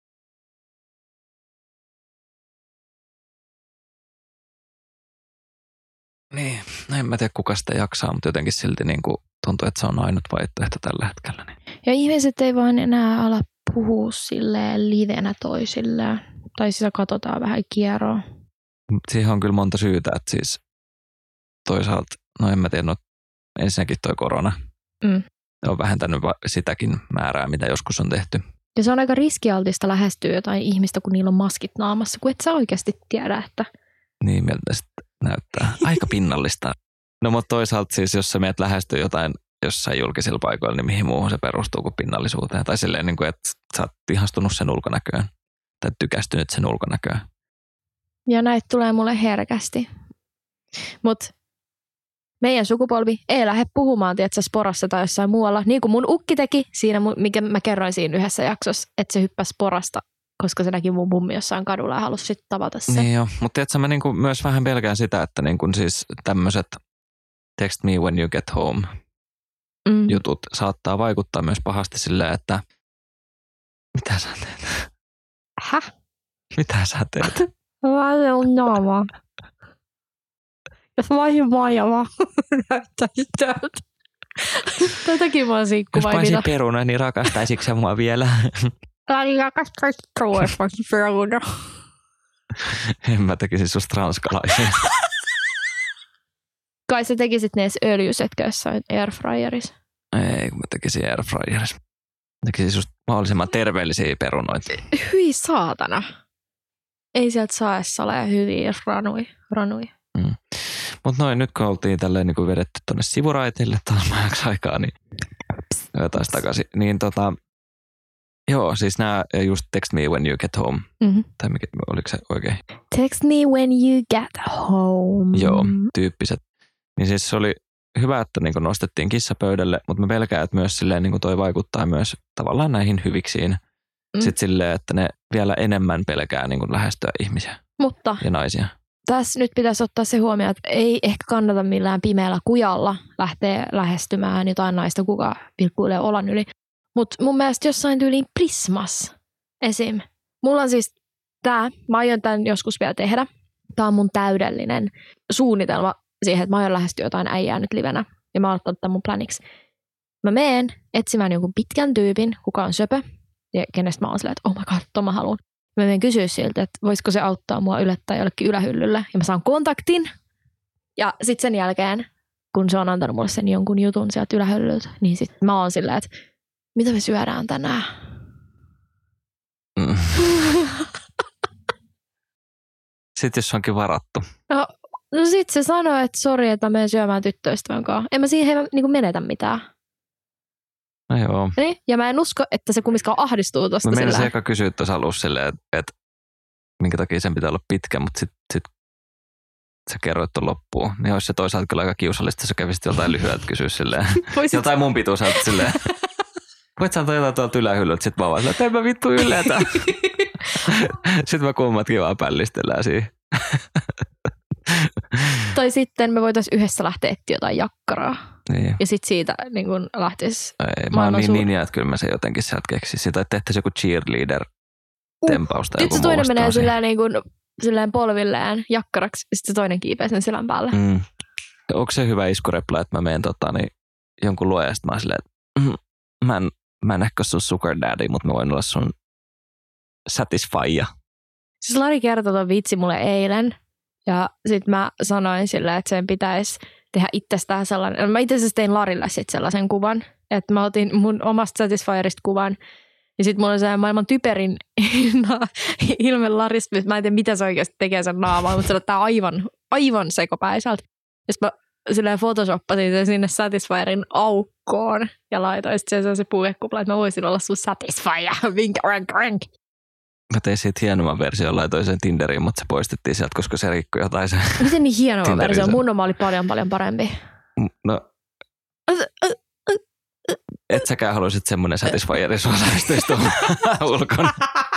Niin, en mä tiedä kuka sitä jaksaa, mutta jotenkin silti niin kuin tuntuu, että se on ainut vaihtoehto tällä hetkellä. Niin. Ja ihmiset ei vaan enää ala puhua silleen livenä toisilleen. Tai siis katsotaan vähän kieroa. Siihen on kyllä monta syytä, että siis toisaalta, no en mä tiedä, no ensinnäkin toi korona. On vähentänyt sitäkin määrää, mitä joskus on tehty. Ja se on aika riskialtista lähestyä jotain ihmistä, kun niillä on maskit naamassa, kun et sä oikeasti tiedä, että... Niin, miltä sitten näyttää. Aika pinnallista. No mutta toisaalta siis, jos sä meet lähestyä jotain jossain julkisilla paikoilla, niin mihin muuhun se perustuu kuin pinnallisuuteen. Tai silleen, niin kuin, että sä oot ihastunut sen ulkonäköön. Tai tykästynyt sen ulkonäköön. Ja näitä tulee mulle herkästi. Mutta meidän sukupolvi ei lähde puhumaan, tiedätkö, sporassa tai jossain muualla. Niin kuin mun ukki teki siinä, mikä mä kerroin siinä yhdessä jaksossa, että se hyppäsi sporasta, koska se näki mun mummi jossain kadulla ja halusi sitten tavata sen. Niin joo, mutta tiedätkö, mä niinku myös vähän pelkään sitä, että niinku siis tämmöiset text me when you get home jutut saattaa vaikuttaa myös pahasti silleen, että mitä sä teet? Häh? Mitä sä teet? Mä en naama. Jos mä olisin Maija, näyttäisi täältä. Tätäkin mä oon sinkkuvaimina. Jos paisin peruna, niin rakastaisitko sä mua vielä? Ai rakastaisi peruna. En mä tekisin susta ranskalaisen. Kai sä tekisit ne edes öljysetkö jossain airfryerissa? Ei, kun mä tekisin airfryerissa. Tekisin susta mahdollisimman terveellisiä perunoita. Hyi saatana. Ei sieltä saa edes salee hyviä ranuja. Mutta noin, nyt kun oltiin tälleen niin vedetty tuonne sivuraitille taas vähäksi aikaa, niin taas takaisin. Niin joo, siis nämä just text me when you get home. Tai mikä, oliko se oikein? Text me when you get home. Joo, tyyppiset. Niin siis se oli hyvä, että niin nostettiin kissa pöydälle, mutta mä pelkään, että myös silleen niin toi vaikuttaa myös tavallaan näihin hyviksiin. Sitten silleen, että ne vielä enemmän pelkää niin lähestyä ihmisiä ja naisia. Tässä nyt pitäisi ottaa se huomioon, että ei ehkä kannata millään pimeällä kujalla lähteä lähestymään jotain naista, kuka vilkkuilee olan yli. Mutta mun mielestä jossain tyyliin Prismas esim. Mulla on siis mä aion tämän joskus vielä tehdä. Tämä on mun täydellinen suunnitelma siihen, että mä aion lähestyä jotain äijää nyt livenä. Ja mä oon ottanut tämän mun planiksi. Mä meen etsimään jonkun pitkän tyypin, kuka on söpö. Ja kenestä mä oon silleen, että oh my god, ton mä haluun. Mä menen kysyä siltä, että voisiko se auttaa mua ylettää jollekin ylähyllylle. Ja mä saan kontaktin. Ja sitten sen jälkeen, kun se on antanut mulle sen jonkun jutun sieltä ylähyllyltä, niin sitten mä oon silleen, että mitä me syödään tänään? Sitten jos onkin varattu. No, No sit se sanoi, että sori, että mä menen syömään tyttöystävän kanssa. En mä siihen niinku menetä mitään. No joo. Niin? Ja mä en usko, että se kumminkaan ahdistuu tosta. Mä meinasin eka kysyä tuossa alussa silleen, että minkä takia sen pitää olla pitkä, mutta sit sä kerroit tuon loppuun. Niin olisi se toisaalta kyllä aika kiusallista, jos sä kävisit jotain lyhyeltä kysyä silleen. Jotain mun pituusalta silleen. Voit sä antaa jotain tuolta ylähyllyltä, sit mä vaan silleen, että en mä vittu yletä. Sitten mä kummatkin vaan pällistellään siihen. Tai sitten me voitaisiin yhdessä lähteä etsiä jotain jakkaraa. Niin. Ja sitten siitä niin kun lähtisi mä oon niin ninja, että kyllä mä se jotenkin sieltä keksisin. Tai tehtäisiin joku cheerleader-tempausta. Sitten se toinen menee silleen polvilleen jakkaraksi, ja sitten se toinen kiipeää sen selän päälle. Onko se hyvä iskurepla, että mä menen jonkun luoja, ja sitten mä oon silleen, että mä en ehkä ole sun sugar daddy, mutta mä voin olla sun satisfyer. Siis Lari kertoi ton vitsi mulle eilen, ja sitten mä sanoin silleen, että sen pitäisi tehdä itsestään sellainen. Mä itse asiassa tein Larille sitten sellaisen kuvan, että mä otin mun omasta Satisfyerista kuvan, ja sitten mulla on sellainen maailman typerin ilme Larista, mä en tiedä mitä se oikeasti tekee sen naamaan, mutta se näyttää aivan sekopäiseltä. Ja sitten mä silleen photoshoppasin sen sinne Satisfyerin aukkoon ja laitoin sitten se puukekupla, että mä voisin olla sun Satisfyer, vink, rank, rank. Mä tein siitä hienomman version, laitoin sen Tinderiin, mutta se poistettiin sieltä, koska se rikkoi jotain se. Miten niin hienomman versio? Mun oma oli paljon parempi. No, et säkään haluaisit semmoinen Satisfyerin sua lähestyisi ulkona.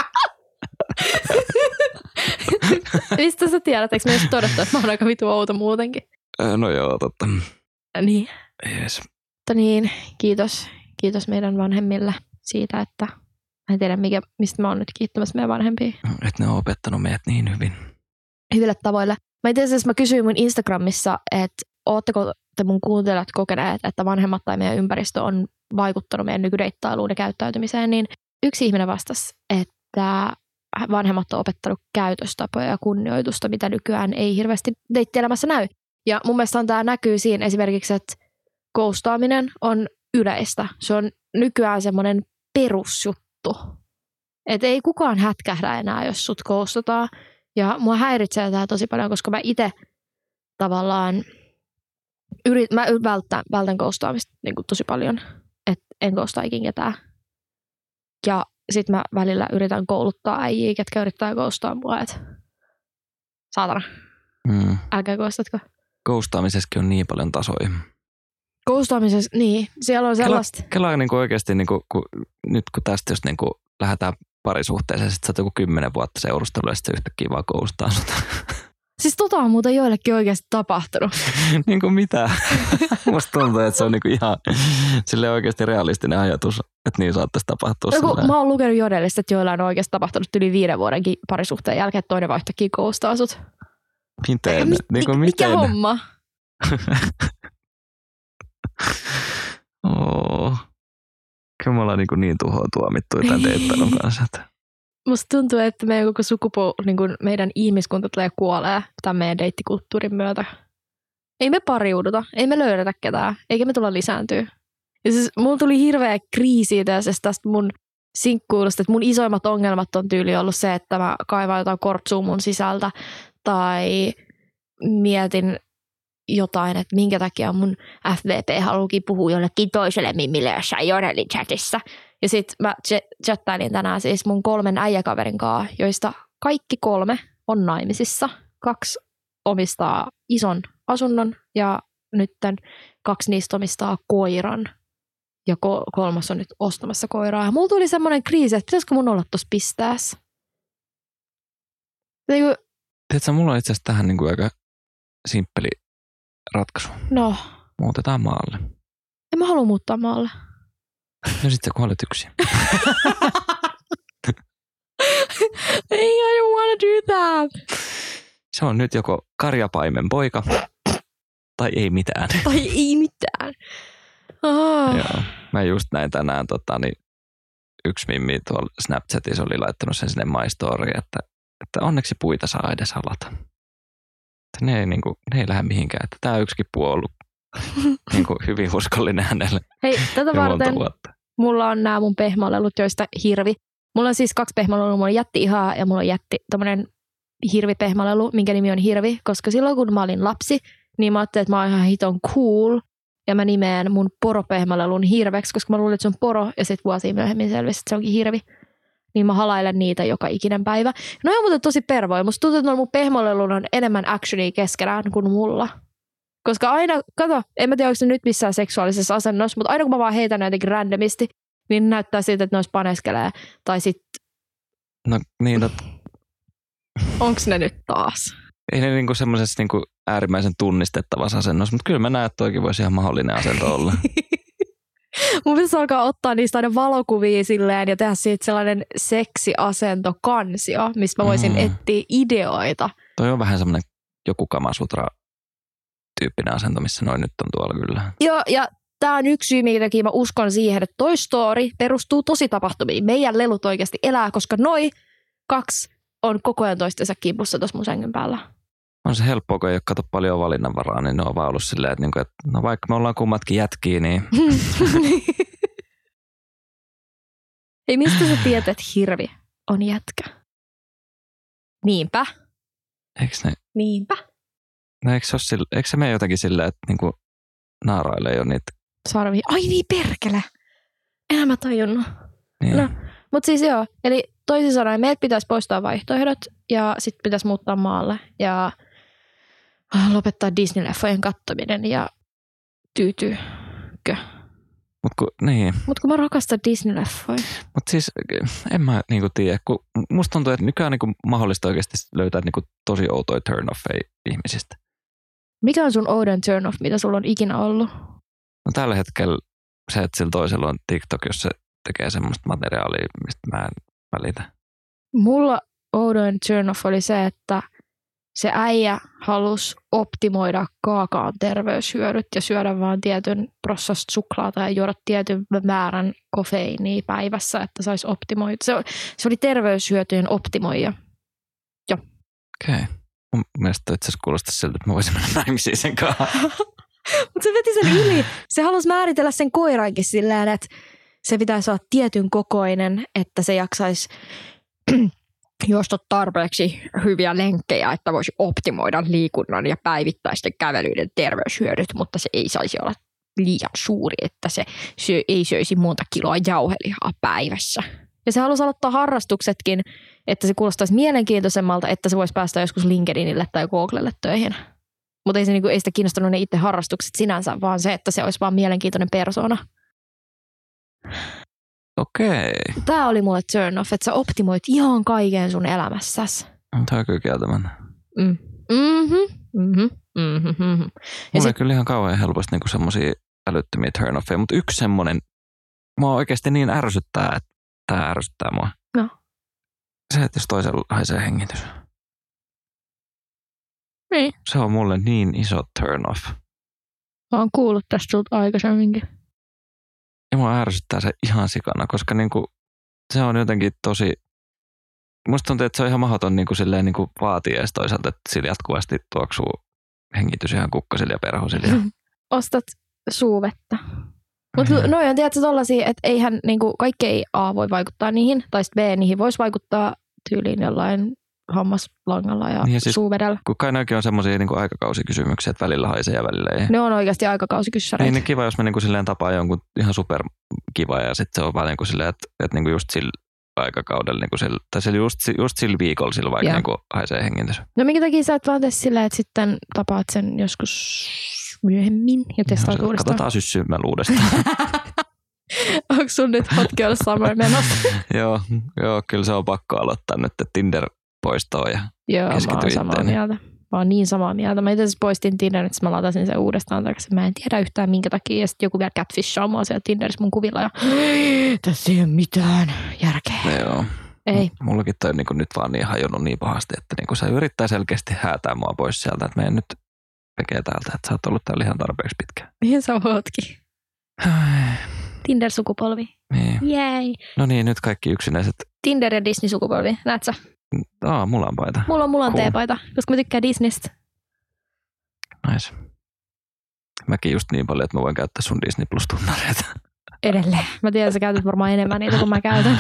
Mistä sä tiedät? Eikö me just todettu, että mä oon aika vitu outo muutenkin? No joo, totta. Niin. Yes. Mutta niin, kiitos meidän vanhemmille siitä, että mä en tiedä, mistä mä oon nyt kiittämässä meidän vanhempia. Että ne on opettanut meidät niin hyvin. Hyville tavoille. Mä itse asiassa kysyin mun Instagramissa, että ootteko te mun kuuntelijat kokeneet, että vanhemmat tai meidän ympäristö on vaikuttanut meidän nykydeittailuun ja käyttäytymiseen, niin yksi ihminen vastasi, että vanhemmat on opettanut käytöstapoja ja kunnioitusta, mitä nykyään ei hirveästi deittielämässä näy. Ja mun mielestä tämä näkyy siinä esimerkiksi, että ghostaaminen on yleistä. Se on nykyään semmoinen perusjuttu. Että ei kukaan hätkähdä enää, jos sut ghostataan. Ja mua häiritsee tämä tosi paljon, koska mä itse tavallaan mä vältän ghostaamista niin kuin tosi paljon. Että en ghostaa ikin ketään. Ja sitten mä välillä yritän kouluttaa äijiä, ketkä yrittää ghostaa mua, että saatana, älkää ghostatko. Ghostaamisessakin on niin paljon tasoja. Ghostaamisessa, niin, siellä on sellaista. Kelaa niin oikeasti, niin nyt kun tästä jos niin lähdetään parisuhteeseen, sitten sä oot joku 10 vuotta seurusteluja, ja sitten yhtäkkiä vaan ghostaa sut. Siis on muuten joillekin oikeasti tapahtunut. Niin kuin mitä? Musta tuntuu, että se on niin kuin ihan silleen oikeasti realistinen ajatus, että niin saattaisi tapahtua. No, mä oon lukenut Jodelista, että joilla on oikeasti tapahtunut yli 5 vuodenkin parisuhteen jälkeen, että toinen vaan yhtäkkiä ghostaa sut. Miten? Mikä miten? homma? Kyllä me ollaan niin tuhoa tuomittuja tämän deittailun kanssa. Musta tuntuu, että meidän koko niin kuin meidän ihmiskunta tulee kuolee tämän meidän deittikulttuurin myötä. Ei me pariuduta, ei me löydetä ketään, eikä me tulla lisääntyä. Ja siis mulla tuli hirveä kriisi tästä mun sinkkuilusta, että mun isoimmat ongelmat on tyyli ollut se, että mä kaivan jotain kortsua mun sisältä tai mietin jotain, että minkä takia mun FVP haluukin puhua jollekin toiselle mimille jossain Jodelin chatissa. Ja sit mä chattailin tänään siis mun 3 äijäkaverin kanssa, joista kaikki 3 on naimisissa. 2 omistaa ison asunnon ja nytten 2 niistä omistaa koiran. Ja 3 on nyt ostamassa koiraa. Ja mulla tuli semmoinen kriisi, että pitäisikö mun olla tuossa pisteessä. Tiedätkö, mulla on itse asiassa tähän niin kuin aika simppeli ratkaisu. No. Muutetaan maalle. En mä halua muuttaa maalle. No sit sä kuolet yksin. Ei, I don't wanna do that. Se on nyt joko karjapaimen poika tai ei mitään. Tai ei mitään. Oh. Joo. Mä just näin tänään yksi mimmi tuolla Snapchatissa oli laittanut sen sinne My Storyin, että onneksi puita saa edes halata. Ne ei lähde mihinkään. Että tää yksikin puu on ollut hyvin uskollinen hänelle. Hei, tätä varten mulla on nämä mun pehmolelut, joista hirvi. Mulla on siis 2 pehmolelua, mulla on jätti ihaa ja mulla on jätti tommonen hirvipehmälelu, minkä nimi on Hirvi, koska silloin kun mä olin lapsi, niin mä ajattelin, että mä oon ihan hiton cool, ja mä nimeen mun poropehmälelun Hirveksi, koska mä luulin, että se on poro, ja sitten vuosia myöhemmin selvisi, että se onkin Hirvi. Niin mä halailen niitä joka ikinen päivä. No on muuten tosi pervoja. Musta tuntuu, että mun pehmälelun on enemmän actionia keskenään kuin mulla. Koska aina, kato, en mä tiedä, onko se nyt missään seksuaalisessa asennossa, mutta aina kun mä vaan heitän ne jotenkin randomisti, niin näyttää siltä, että ne olisi paneskelee. Tai sit... No niin, Onks ne nyt taas? Ei ne niinku semmoisessa niinku äärimmäisen tunnistettavassa asennossa, mutta kyllä mä näen, että toikin voisi ihan mahdollinen asento olla. Mun pitäisi alkaa ottaa niistä aina valokuvia silleen ja tehdä siitä sellainen seksiasento kansio, mistä mä voisin etsiä ideoita. Toi on vähän semmoinen joku Kamasutra-tyyppinen asento, missä noin nyt on tuolla kyllä. Joo, ja tää on yksi syy, minkä takia mä uskon siihen, että Toy Story perustuu tosi tapahtumiin. Meidän lelut oikeasti elää, koska noi 2 on koko ajan toistensa kimpussa tuossa mun sängyn päällä. On se helppoa, kun ei ole kato paljon valinnanvaraa, niin ne on vaan ollut silleen, että no vaikka me ollaan kummatkin jätkiä, niin... Ei, mistä sä tiedät, että Hirvi on jätkä? Niinpä. Eikö ne... Niinpä. No eikö se mene jotenkin silleen, että niinku naarailee jo niitä... Sarvi. Ai niin, perkele. Enhän mä tajunnut. Niin. No, mutta siis joo. Eli toisin sanoen, meiltä pitäisi poistaa vaihtoehdot ja sitten pitäisi muuttaa maalle ja lopettaa Disney-leffojen kattominen ja tyytyykö. Mutta kun mä rakastan Disney-leffoja. Mutta siis en mä niinku tiedä, kun musta tuntuu, että nykyään niinku mahdollista oikeasti löytää niinku tosi outoja turn-offeja ihmisistä. Mikä on sun oudon turn-off, mitä sulla on ikinä ollut? No tällä hetkellä se, että sillä toisella on TikTok, jos se tekee semmoista materiaalia, mistä mä en välitä. Mulla oudoin turn-off oli se, että se äijä halusi optimoida kaakaan terveyshyödyt ja syödä vaan tietyn prossasta suklaata ja juoda tietyn määrän kofeiinia päivässä, että saisi optimoida. Se oli terveyshyötyjen optimoija. Joo. Okei. Mun mielestä itse asiassa kuulostaa siltä, että mä voisin mennä naimisiin sen kanssa. Mutta se veti sen yli. Se halusi määritellä sen koirankin silleen, että se pitäisi olla tietyn kokoinen, että se jaksaisi juosta tarpeeksi hyviä lenkkejä, että voisi optimoida liikunnan ja päivittäisten kävelyiden terveyshyödyt, mutta se ei saisi olla liian suuri, että se ei söisi monta kiloa jauhelihaa päivässä. Ja se halusi aloittaa harrastuksetkin, että se kuulostaisi mielenkiintoisemmalta, että se voisi päästä joskus LinkedInille tai Googlelle töihin. Mutta ei sitä kiinnostanut ne itse harrastukset sinänsä, vaan se, että se olisi vaan mielenkiintoinen persoona. Okei. Tämä oli mulle turn off, että sä optimoit ihan kaiken sun elämässäsi. Tämä on kyllä kieltämään. Ja mulla ei kyllä ihan kauhean helposti niinku semmosia älyttömiä turn offeja, mutta yksi semmoinen, mua oikeasti niin ärsyttää, että tämä ärsyttää mua. No. Se, että jos toisella haisee hengitys. Niin. Se on mulle niin iso turn off. Mä oon kuullut tästä sulta aikaisemminkin. Ja mua ärsyttää se ihan sikana, koska niinku, se on jotenkin tosi... Musta tuntuu, että se on ihan mahdoton niinku silleen niinku vaatia edes toisaalta, että sillä jatkuvasti tuoksuu hengitys ihan kukkosille ja perhosille. Ostat suuvettä. Mutta noi on tietysti tollasia, että eihän niinku, kaikki ei A voi vaikuttaa niihin, tai sitten B niihin voisi vaikuttaa tyyliin jollain hammaslangalla ja niin siis, suuvedellä. Kun kai nämäkin on semmoisia niinku aikakausikysymyksiä, että välillä haisee ja välillä ei. Ne on oikeasti aikakausikyssäreitä. Niin kiva, jos mä niinku silleen tapaan jonkun ihan superkiva ja sitten se on vaan niinku silleen, että niinku just sillä aikakaudella, niinku tai just sillä viikolla sillä vaikka niinku haisee hengitys. No minkä takia sä et vaan tee silleen, että sitten tapaat sen joskus myöhemmin ja testaat uudestaan? Katsotaan syssymällä uudestaan. Onko sun nyt hot girl summer menossa? Joo, kyllä se on pakko aloittaa nyt, että Tinder poistaa ja keskity itteeni. Mä oon niin samaa mieltä. Mä itse asiassa poistin Tinderin, että mä latasin sen uudestaan takaisin. Mä en tiedä yhtään minkä takia. Ja sitten joku vielä catfishaa mua siellä Tinderissä mun kuvilla. Ja tässä ei ole mitään järkeä. Joo. Ei. Mullakin toi niin nyt vaan niin hajonnut niin pahasti, että niin se yrittää selkeästi häätää mua pois sieltä. Että meidän nyt tekee täältä, että sä oot ollut täällä ihan tarpeeksi pitkään. Mihin sä ootkin? Tinder-sukupolvi. Niin. Jei. No niin, nyt kaikki yksinäiset. Tinder- ja Disney-sukupolvi. Näet sä? Mulla on paita. Mulla on cool. T-paita, koska mä tykkään Disneystä. Nice. Mäkin just niin paljon, että mä voin käyttää sun Disney Plus-tunnareita. Edelleen. Mä tiedän, että sä käytät varmaan enemmän niitä kuin mä käytän.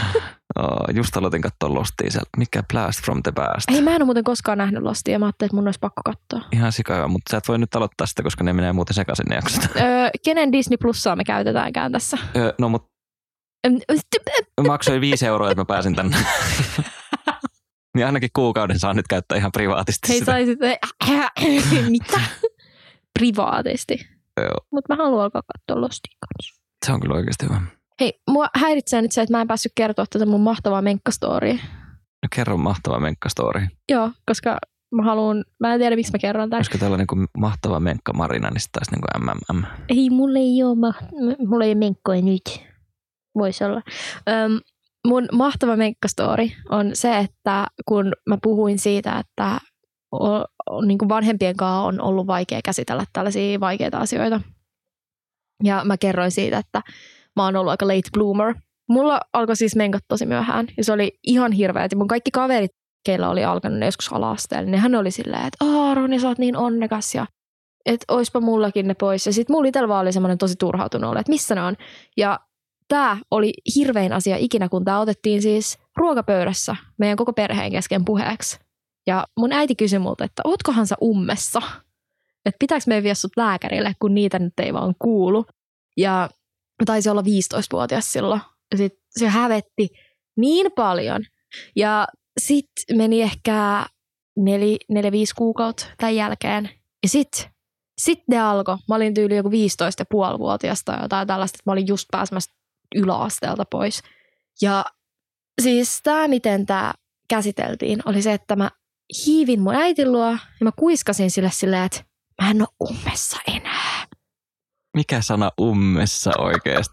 Just aloitin katsoa Lostia sieltä. Mikä Blast from the Past? Ei, mä en ole muuten koskaan nähnyt Lostia. Mä ajattelin, että mun olisi pakko katsoa. Ihan sika, mutta sä et voi nyt aloittaa sitä, koska ne menee muuten sekaisin ne jaksot. Kenen Disney Plusaa me käytetäänkään tässä? No mut mä maksoin 5 €, että mä pääsin tänne. Niin ainakin kuukauden saa nyt käyttää ihan privaatisti Hei, sitä. saisit... Mitä? Privaatisti. Mutta mä haluan alkaa katsoa Lostia kanssa. Se on kyllä oikeasti hyvä. Hei, mua häiritsee nyt se, että mä en päässyt kertoa tätä mun mahtavaa menkkastoriaa. No kerro mahtava menkkastori. Joo, koska mä en tiedä miksi mä kerron tämän. Koska täällä on niin mahtava menkka Marina, niin sitten taas niin MMM. Ei, mulla ei ole menkkoja nyt. Voisi olla. Mun mahtava menkkastori on se, että kun mä puhuin siitä, että niin kuin vanhempien kanssa on ollut vaikea käsitellä tällaisia vaikeita asioita. Ja mä kerroin siitä, että mä oon ollut aika late bloomer. Mulla alkoi siis menkat tosi myöhään ja se oli ihan hirveä. Mun kaikki kaverit, keillä oli alkanut ne joskus ala-asteella, niin hän oli silleen, että Roni, sä oot niin onnekas ja että oispa mullakin ne pois. Ja sit mulla itsellä vaan oli semmoinen tosi turhautunut olla, että missä ne on. Ja tää oli hirvein asia ikinä, kun tää otettiin siis ruokapöydässä meidän koko perheen kesken puheeksi. Ja mun äiti kysyi multa, että ootkohan sä ummessa? Että pitääkö meidän viedä sut lääkärille, kun niitä nyt ei vaan kuulu. Ja taisi olla 15-vuotias silloin. Ja sit se hävetti niin paljon. Ja sitten meni ehkä 4-5 kuukautta tämän jälkeen. Ja sitten ne alkoi. Mä olin tyyli joku 15,5-vuotias tai jotain tällaista, että mä olin just pääsemässä yläasteelta pois. Ja siis tämä, miten tämä käsiteltiin, oli se, että mä hiivin mun äitin luo ja mä kuiskasin sille silleen, että mä en ole ummessa enää. Mikä sana ummessa oikeasti?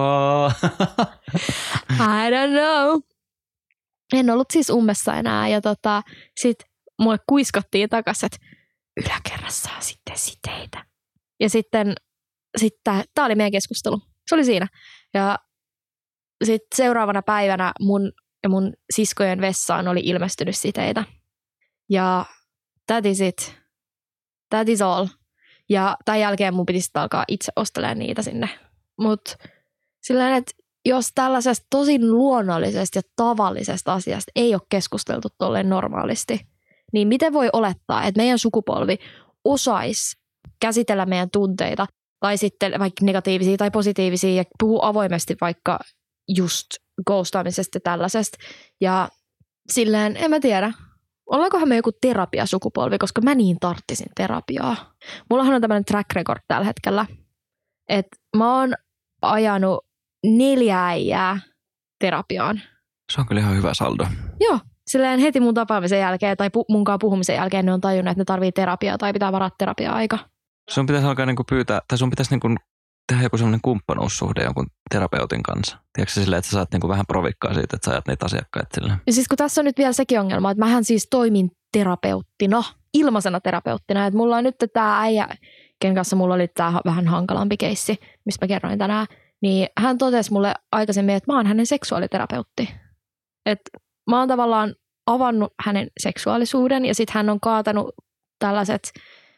I don't know. En ollut siis ummessa enää ja sit mulle kuiskottiin takaisin, että yläkerrassa on sitten siteitä. Ja sitten tää oli meidän keskustelu. Se oli siinä. Ja sitten seuraavana päivänä mun siskojen vessaan oli ilmestynyt siteitä. Ja that is it. That is all. Ja tämän jälkeen mun piti sitten alkaa itse ostelemaan niitä sinne. Mutta silleen, että jos tällaisesta tosi luonnollisesta ja tavallisesta asiasta ei ole keskusteltu tolleen normaalisti, niin miten voi olettaa, että meidän sukupolvi osaisi käsitellä meidän tunteita tai sitten vaikka negatiivisia tai positiivisia ja puhua avoimesti vaikka just ghostaamisesta ja tällaisesta. Ja silleen, en mä tiedä. Ollaankohan me joku terapiasukupolvi, koska mä niin tarttisin terapiaa. Mullahan on tämmöinen track record tällä hetkellä, että mä oon ajanut 4 äijää terapiaan. Se on kyllä ihan hyvä saldo. Joo, silleen heti mun tapaamisen jälkeen tai munkaan puhumisen jälkeen ne on tajunnut, että ne tarvii terapiaa tai pitää varaa terapia-aika. Sun pitäisi alkaa niinku pyytää, tai sun pitäisi niinku tehdä joku semmoinen kumppanuussuhde jonkun terapeutin kanssa. Tiedätkö silleen, että sä saat niinku vähän provikkaa siitä, että sä ajat niitä asiakkaita silleen? Ja siis kun tässä on nyt vielä sekin ongelma, että mähän siis toimin terapeuttina, ilmaisena terapeuttina. Että mulla on nyt tämä äijä, ken kanssa mulla oli tämä vähän hankalampi keissi, mistä mä kerroin tänään. Niin hän totesi mulle aikaisemmin, että mä oon hänen seksuaaliterapeutti. Että mä oon tavallaan avannut hänen seksuaalisuuden ja sitten hän on kaatanut tällaiset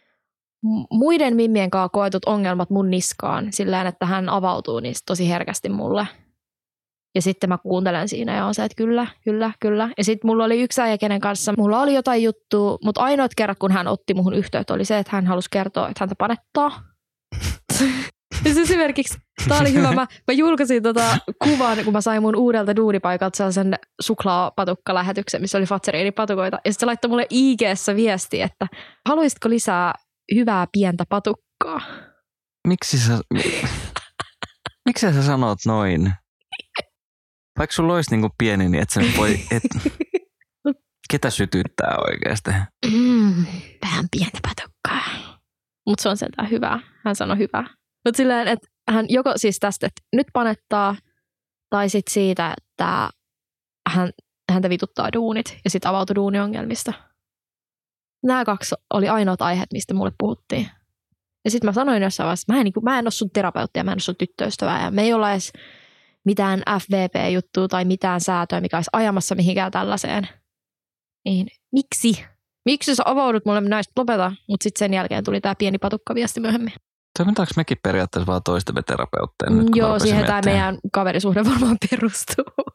muiden mimmien kanssa koetut ongelmat mun niskaan sillä että hän avautuu niistä tosi herkästi mulle. Ja sitten mä kuuntelen siinä ja on se, että kyllä. Ja sitten mulla oli yksi äijä, kenen kanssa mulla oli jotain juttua, mutta ainoat kerrat, kun hän otti muhun yhteyttä, oli se, että hän halusi kertoa, että häntä panettaa. Ja esimerkiksi, tää oli hyvä, mä julkaisin kuvan, kun mä sain mun uudelta duunipaikalta sellaisen suklaapatukka-lähetyksen, missä oli Fatseriini-patukoita. Ja sitten se laittoi mulle IG:ssä viesti, että haluaisitko lisää hyvää pientä patukkaa? Miksi sä sanot noin? Vaikka sulla olisi niinku pieni, niin et sä voi... Ketä sytyttää oikeasti? Vähän pientä patukkaa. Mutta se on sentään hyvä. Hän sanoi hyvä. Mutta silleen, että hän joko siis tästä, että nyt panettaa, tai sitten siitä, että häntä vituttaa duunit ja sitten avautui duuniongelmista. Nämä 2 oli ainoat aiheet, mistä mulle puhuttiin. Ja sitten mä sanoin jossain vaiheessa, että mä en ole sun terapeutti ja mä en ole sun tyttöystävää. Ja me ei olla edes mitään FVP-juttua tai mitään säätöä, mikä olisi ajamassa mihinkään tällaiseen. Niin miksi? Miksi sä avaudut mulle näistä lopeta? Mutta sitten sen jälkeen tuli tämä pieni patukkaviesti myöhemmin. Toimitaanko mekin periaatteessa vaan toistemme terapeutteja? Joo, siihen tämä meidän kaverisuhde varmaan perustuu.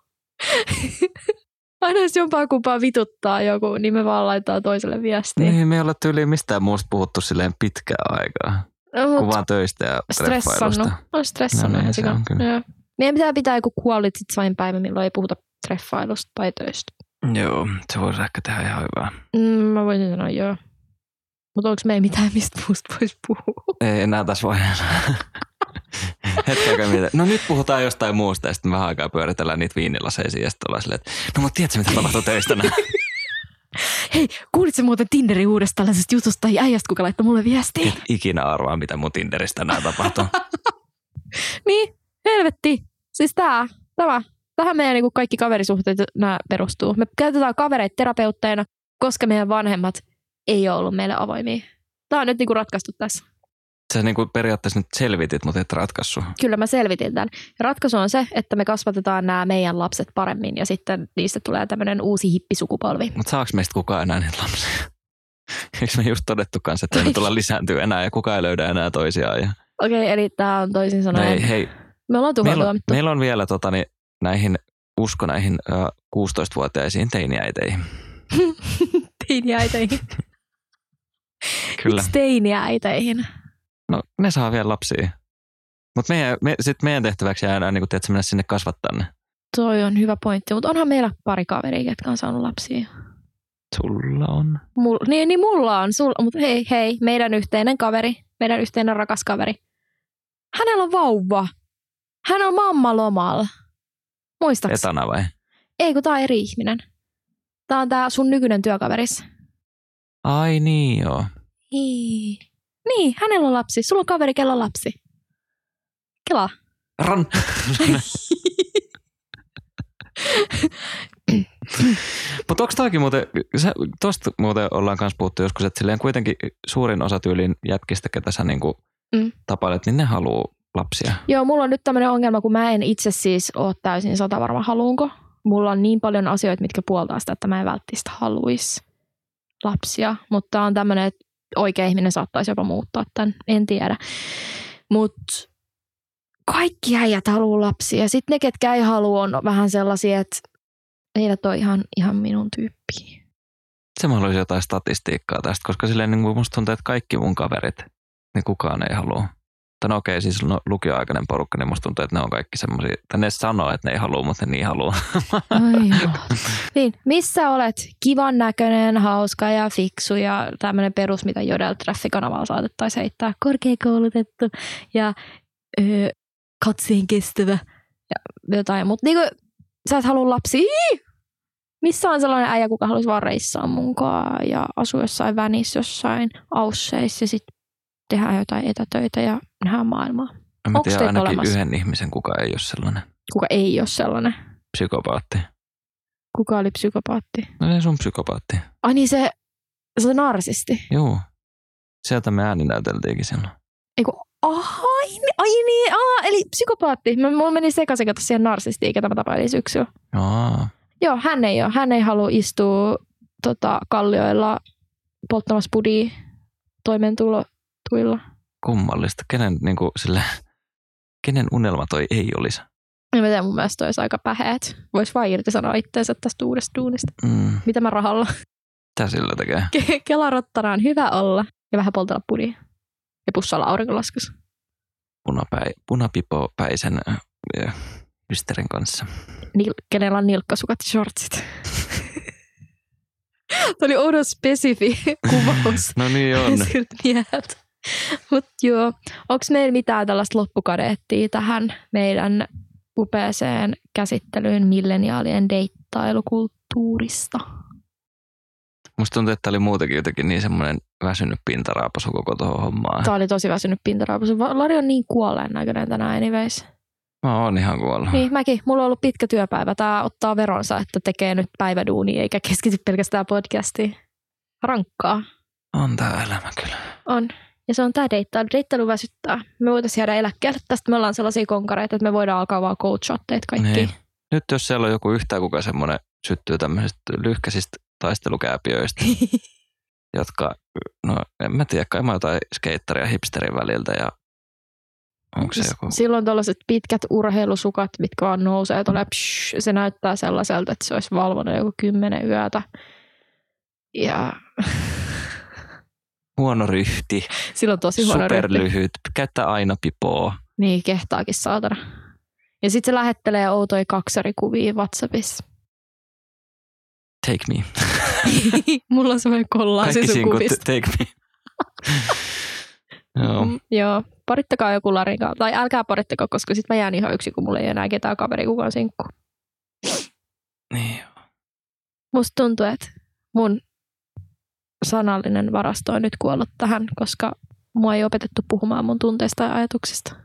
Aina jos jompaa kumpaa vituttaa joku, niin me vaan laittaa toiselle viestiä. Niin, me ei ole tyyliin mistään muusta puhuttu silleen pitkään aikaa. Kun vaan töistä ja treffailusta. On stressannut. No, se on kyllä. Meidän pitää joku quality time päivä, milloin ei puhuta treffailusta tai töistä. Joo, se voisi ehkä tehdä ihan hyvää. Mä voisin sanoa joo. Mutta onko me ei mitään, mistä muusta voisi puhua? Ei enää tässä vaiheessa. Hetkeäkö mitä? No nyt puhutaan jostain muusta ja sitten vähän aikaa pyöritellään niitä viinilaseisiin ja sitten ollaan silleen, että no mutta tiedätkö mitä tapahtuu töistä näin? Hei, kuulitko muuten Tinderin uudesta tällaisesta jutusta tai äijästä, kuka laittoi mulle viestiä? Et ikinä arvaa, mitä mun Tinderistä tänään tapahtuu. Niin, helvetti. Siis tähän meidän niin kaikki kaverisuhteet nämä perustuu. Me käytetään kavereita terapeutteina, koska meidän vanhemmat ei ole ollut meille avoimia. Tämä on nyt niin kuin ratkaistu tässä. Sä niin kuin periaatteessa nyt selvitit, mutta et ratkaissut. Kyllä mä selvitin tämän. Ratkaisu on se, että me kasvatetaan nämä meidän lapset paremmin ja sitten niistä tulee tämmöinen uusi hippisukupolvi. Mutta saako meistä kukaan enää niitä lapsia? Eikö me just todettu kanssa, että ei tulla lisääntyy enää ja kukaan ei löydä enää toisiaan? Ja... Okei, eli tämä on toisin sanoen. No hei. Me ollaan tuhoutuamittu. Meillä on vielä näihin 16-vuotiaisiin teiniäiteihin. Teiniäiteihin? Kyllä. Miksi teiniäiteihin? No ne saa vielä lapsia. Mutta meidän tehtäväksi jää enää niin mennä sinne kasvattaa ne. Toi on hyvä pointti, mutta onhan meillä pari kaveria, jotka on saanut lapsia. Sulla on? Niin mulla on. Mutta hei, meidän yhteinen kaveri, meidän yhteinen rakas kaveri. Hänellä on vauva. Hän on mammalomalla. Muistatko? Etana vai? Ei, kun tää on eri ihminen. Tää on tää sun nykyinen työkaveris. Ai niin joo. Niin, hänellä on lapsi. Sulla on kaveri, kello on lapsi. Kela. Mutta onko toikin muuten, tuosta muuten ollaan kanssa puhuttu joskus, että silleen kuitenkin suurin osa tyyliin jätkistä, ketä sä niinku tapailet, niin ne haluaa lapsia. Joo, mulla on nyt tämmöinen ongelma, kun mä en itse siis ole täysin varma haluunko. Mulla on niin paljon asioita, mitkä puoltaa sitä, että mä en välttämättä haluaisi lapsia. Mutta on tämmöinen, että oikea ihminen saattaisi jopa muuttaa tämän, en tiedä. Mutta kaikki äijät haluaa lapsia. Sitten ne, ketkä ei halua, on vähän sellaisia, että eivät ole ihan minun tyyppiä. Se mä haluaisin jotain statistiikkaa tästä, koska silleen niin kuin musta tuntuu, että kaikki mun kaverit, niin kukaan ei halua. No okei, siis lukioaikainen porukka, niin musta tuntuu, että ne on kaikki semmoisia, että ne sanoo, että ne ei halua, mutta ne niin haluaa. Niin, missä olet? Kivan näköinen, hauska ja fiksu ja tämmöinen perus, mitä Jodel Traffic-kanavalla saatettaisiin heittää. Korkeakoulutettu ja katseen kestävä ja jotain. Mutta niinku, sä et halua lapsia. Missä on sellainen äijä, kuka haluaisi vaan reissaa munkaan ja asua jossain vänissä, jossain ausseissa ja sitten tehdään jotain etätöitä ja nähdään maailmaa. Mä tiedän ainakin olemassa yhden ihmisen, kuka ei ole sellainen. Kuka ei ole sellainen? Psykopaatti. Kuka oli psykopaatti? No se sun psykopaatti. Ai niin se narsisti. Joo. Sieltä me ääni näyteltiinkin silloin. Eiku, eli psykopaatti. Mulla meni sekaisin katsoa siihen narsistiin, ketä mä tapailin syksyllä. Joo, hän ei halua istua kallioilla polttamassa pudia toimeentulotuilla. Kummallista. Kenen unelma toi ei olisi? En mä tiedä, mun mielestä olisi aika päheet. Vois vaan irtisanoa itseensä tästä uudesta duunista. Mitä mä rahalla? Mitä sillä tekee? Kelarottana on hyvä olla ja vähän poltella pudia. Ja pussalla aurinkolaskussa. Punapipopäisen ystärin kanssa. Kenellä on nilkkasukat ja shortsit. Tämä oli oudon spesifi kuvaus. No niin on. Mutta joo, onko meillä mitään tällaista loppukadeettia tähän meidän upeaseen käsittelyyn milleniaalien deittailukulttuurista? Musta tuntuu, että tämä oli muutenkin jotenkin niin semmoinen väsynyt pintaraapasu koko tuohon hommaan. Tämä oli tosi väsynyt pintaraapasu. Lari on niin kuolleen näköinen tänään anyways. Mä oon ihan kuollut. Niin, mäkin. Mulla on ollut pitkä työpäivä. Tämä ottaa veronsa, että tekee nyt päiväduunia eikä keskity pelkästään podcastiin. Rankkaa. On tää elämä kyllä. On. Ja se on tää deittailu. Deittailu väsyttää. Me voitaisiin jäädä eläkkeelle. Tästä me ollaan sellaisia konkareita, että me voidaan alkaa vaan coachaa teitä kaikki. Niin. Nyt jos siellä on joku yhtään kuka semmoinen syttyy tämmöisistä lyhkäisistä taistelukääpiöistä, jotka, no en mä tiedä, kai mä jotain skeittaria hipsterin väliltä ja Onko se joku? Silloin tällaiset pitkät urheilusukat, mitkä vaan nousee tuolle, se näyttää sellaiselta, että se olisi valvonut joku 10 yötä. Ja Huono ryhti. Silloin tosi huono ryhti. Superlyhyt. Käyttää aina pipoa. Niin, kehtaakin saatana. Ja sitten se lähettelee outoja kaksarikuvia WhatsAppissa. Take me. Mulla on semmoinen kollaasi sun kuvista. Take me. Joo. Joo, parittakaa joku larinkaan. Tai älkää parittako, koska sit mä jään ihan yksin, kun mulla ei enää ketään kaveri kukaan sinkku. Niin. Musta tuntuu, että mun sanallinen varasto on nyt kuollut tähän, koska mua ei opetettu puhumaan mun tunteista ja ajatuksista.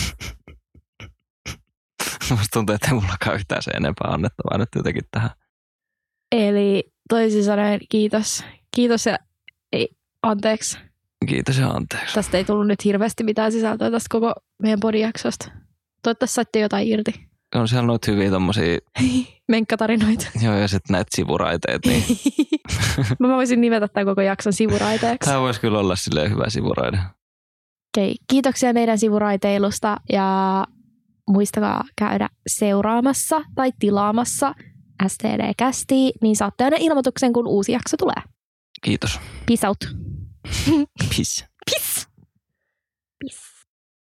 Musta tuntuu, että ei mullakaan yhtään se enempää annettavaa nyt jotenkin tähän. Eli toisin sanoen kiitos. Kiitos ja anteeksi. Kiitos ja anteeksi. Tästä ei tullut nyt hirveästi mitään sisältöä tästä koko meidän podijaksosta. Toivottavasti saitte jotain irti. On siellä noita hyviä tommosia menkkatarinoita. Joo, ja sitten näitä sivuraiteet. Niin. Mä voisin nimetä tämän koko jakson sivuraiteeksi. Tämä voisi kyllä olla silleen hyvä sivuraide. Okei, kiitoksia meidän sivuraiteilusta ja muistakaa käydä seuraamassa tai tilaamassa STD-kästiä, niin saatte aina ilmoituksen, kun uusi jakso tulee. Kiitos. Peace out. Peace. Peace. Peace.